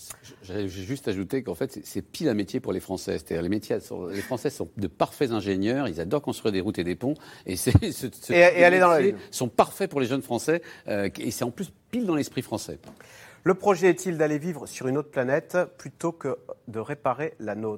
J'ai juste ajouté qu'en fait, c'est pile un métier pour les Français. C'est-à-dire les, métiers, les Français sont de parfaits ingénieurs, ils adorent construire des routes et des ponts, et, c'est, ce, ce et, et aller dans la Lune sont parfaits pour les jeunes Français, euh, et c'est en plus pile dans l'esprit français. Le projet est-il d'aller vivre sur une autre planète plutôt que de réparer la nôtre?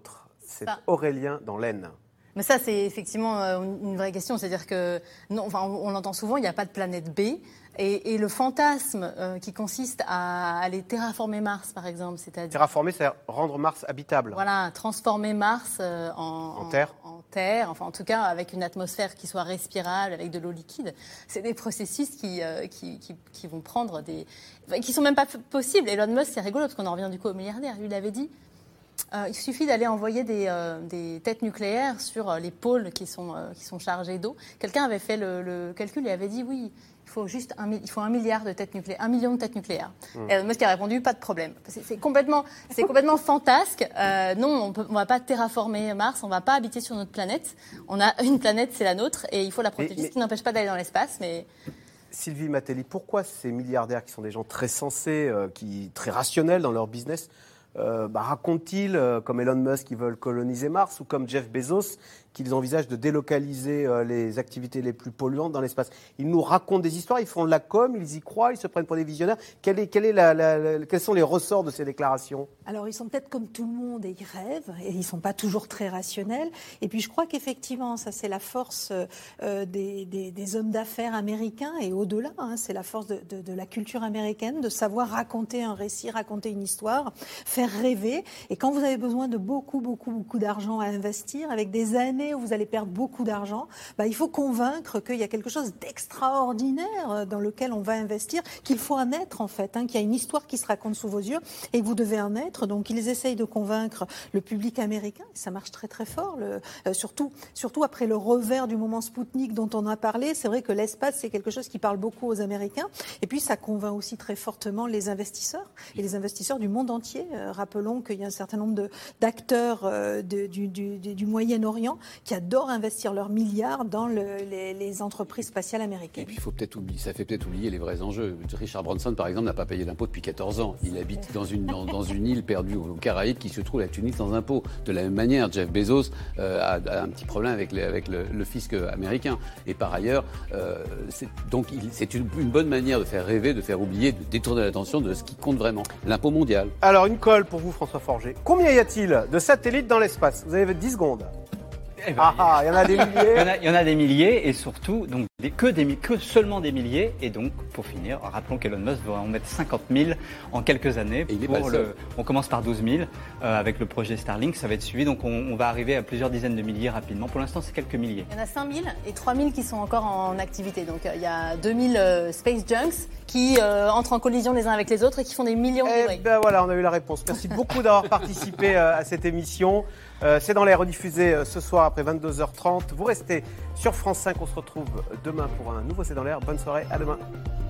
c'est ça. Aurélien dans l'Aisne. Mais ça, c'est effectivement une vraie question. C'est-à-dire que, non, enfin, on, on l'entend souvent, il n'y a pas de planète B. Et, et le fantasme euh, qui consiste à aller terraformer Mars, par exemple, c'est-à-dire... Terraformer, c'est rendre Mars habitable. Voilà, transformer Mars euh, en, en terre. En, en terre, enfin en tout cas avec une atmosphère qui soit respirable, avec de l'eau liquide. C'est des processus qui, euh, qui, qui, qui vont prendre des... Enfin, qui sont même pas possibles. Elon Musk, c'est rigolo, parce qu'on en revient du coup au milliardaire. Lui, il avait dit... Euh, il suffit d'aller envoyer des, euh, des têtes nucléaires sur euh, les pôles qui sont, euh, qui sont chargés d'eau. Quelqu'un avait fait le, le calcul et avait dit oui, il faut juste un, il faut un milliard de têtes nucléaires, un million de têtes nucléaires. Mmh. Et Elon Musk a répondu pas de problème. C'est, c'est complètement, c'est complètement fantasque. Euh, non, on ne va pas terraformer Mars, on ne va pas habiter sur notre planète. On a une planète, c'est la nôtre, et il faut la protéger. Mais, mais... Ce qui n'empêche pas d'aller dans l'espace, mais. Sylvie Matelli, pourquoi ces milliardaires qui sont des gens très sensés, euh, qui très rationnels dans leur business, Euh, bah, racontent-ils, euh, comme Elon Musk, qu'ils veulent coloniser Mars, ou comme Jeff Bezos, qu'ils envisagent de délocaliser euh, les activités les plus polluantes dans l'espace? Ils nous racontent des histoires, ils font de la com, ils y croient, ils se prennent pour des visionnaires. Quel est, quel est la, la, la, quels sont les ressorts de ces déclarations? Alors, ils sont peut-être comme tout le monde et ils rêvent, et ils ne sont pas toujours très rationnels. Et puis, je crois qu'effectivement, ça, c'est la force euh, des, des, des hommes d'affaires américains, et au-delà, hein, c'est la force de, de, de la culture américaine, de savoir raconter un récit, raconter une histoire, faire rêver. Et quand vous avez besoin de beaucoup, beaucoup, beaucoup d'argent à investir, avec des années où vous allez perdre beaucoup d'argent, bah, il faut convaincre qu'il y a quelque chose d'extraordinaire dans lequel on va investir, qu'il faut en être en fait, hein, qu'il y a une histoire qui se raconte sous vos yeux et que vous devez en être. Donc ils essayent de convaincre le public américain, et ça marche très très fort, le, euh, surtout, surtout après le revers du moment Spoutnik dont on a parlé. C'est vrai que l'espace, c'est quelque chose qui parle beaucoup aux Américains, et puis ça convainc aussi très fortement les investisseurs, et les investisseurs du monde entier. Euh, rappelons qu'il y a un certain nombre de, d'acteurs euh, de, du, du, du Moyen-Orient qui adorent investir leurs milliards dans le, les, les entreprises spatiales américaines. Et puis il faut peut-être oublier, ça fait peut-être oublier les vrais enjeux. Richard Branson, par exemple, n'a pas payé d'impôt depuis quatorze ans. Il habite dans une, dans, dans une île perdue aux Caraïbes qui se trouve à Tunis sans impôt. De la même manière, Jeff Bezos euh, a, a un petit problème avec, les, avec le, le fisc américain. Et par ailleurs, euh, c'est, donc il, c'est une, une bonne manière de faire rêver, de faire oublier, de détourner l'attention de ce qui compte vraiment, l'impôt mondial. Alors une colle pour vous, François Forger. Combien y a-t-il de satellites dans l'espace? Vous avez dix secondes. Eh ben, ah, ah, il y en a des milliers. Il y en a, il y en a des milliers, et surtout donc des, que, des, que seulement des milliers. Et donc, pour finir, rappelons qu'Elon Musk va en mettre cinquante mille en quelques années. Et il est pour pas le, le on commence par douze mille euh, avec le projet Starlink. Ça va être suivi, donc on, on va arriver à plusieurs dizaines de milliers rapidement. Pour l'instant, c'est quelques milliers. Il y en a cinq mille et trois mille qui sont encore en activité. Donc euh, il y a deux mille euh, Space Junks qui euh, entrent en collision les uns avec les autres et qui font des millions de Eh ben voilà, on a eu la réponse. Merci beaucoup d'avoir participé euh, à cette émission. Euh, c'est dans l'air rediffusé euh, ce soir après vingt-deux heures trente. Vous restez sur France cinq. On se retrouve demain pour un nouveau C'est dans l'air. Bonne soirée, à demain.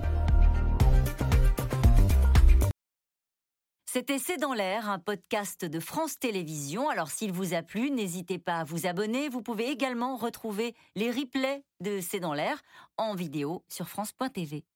C'était C'est dans l'air, un podcast de France Télévisions. Alors s'il vous a plu, n'hésitez pas à vous abonner. Vous pouvez également retrouver les replays de C'est dans l'air en vidéo sur France point T V.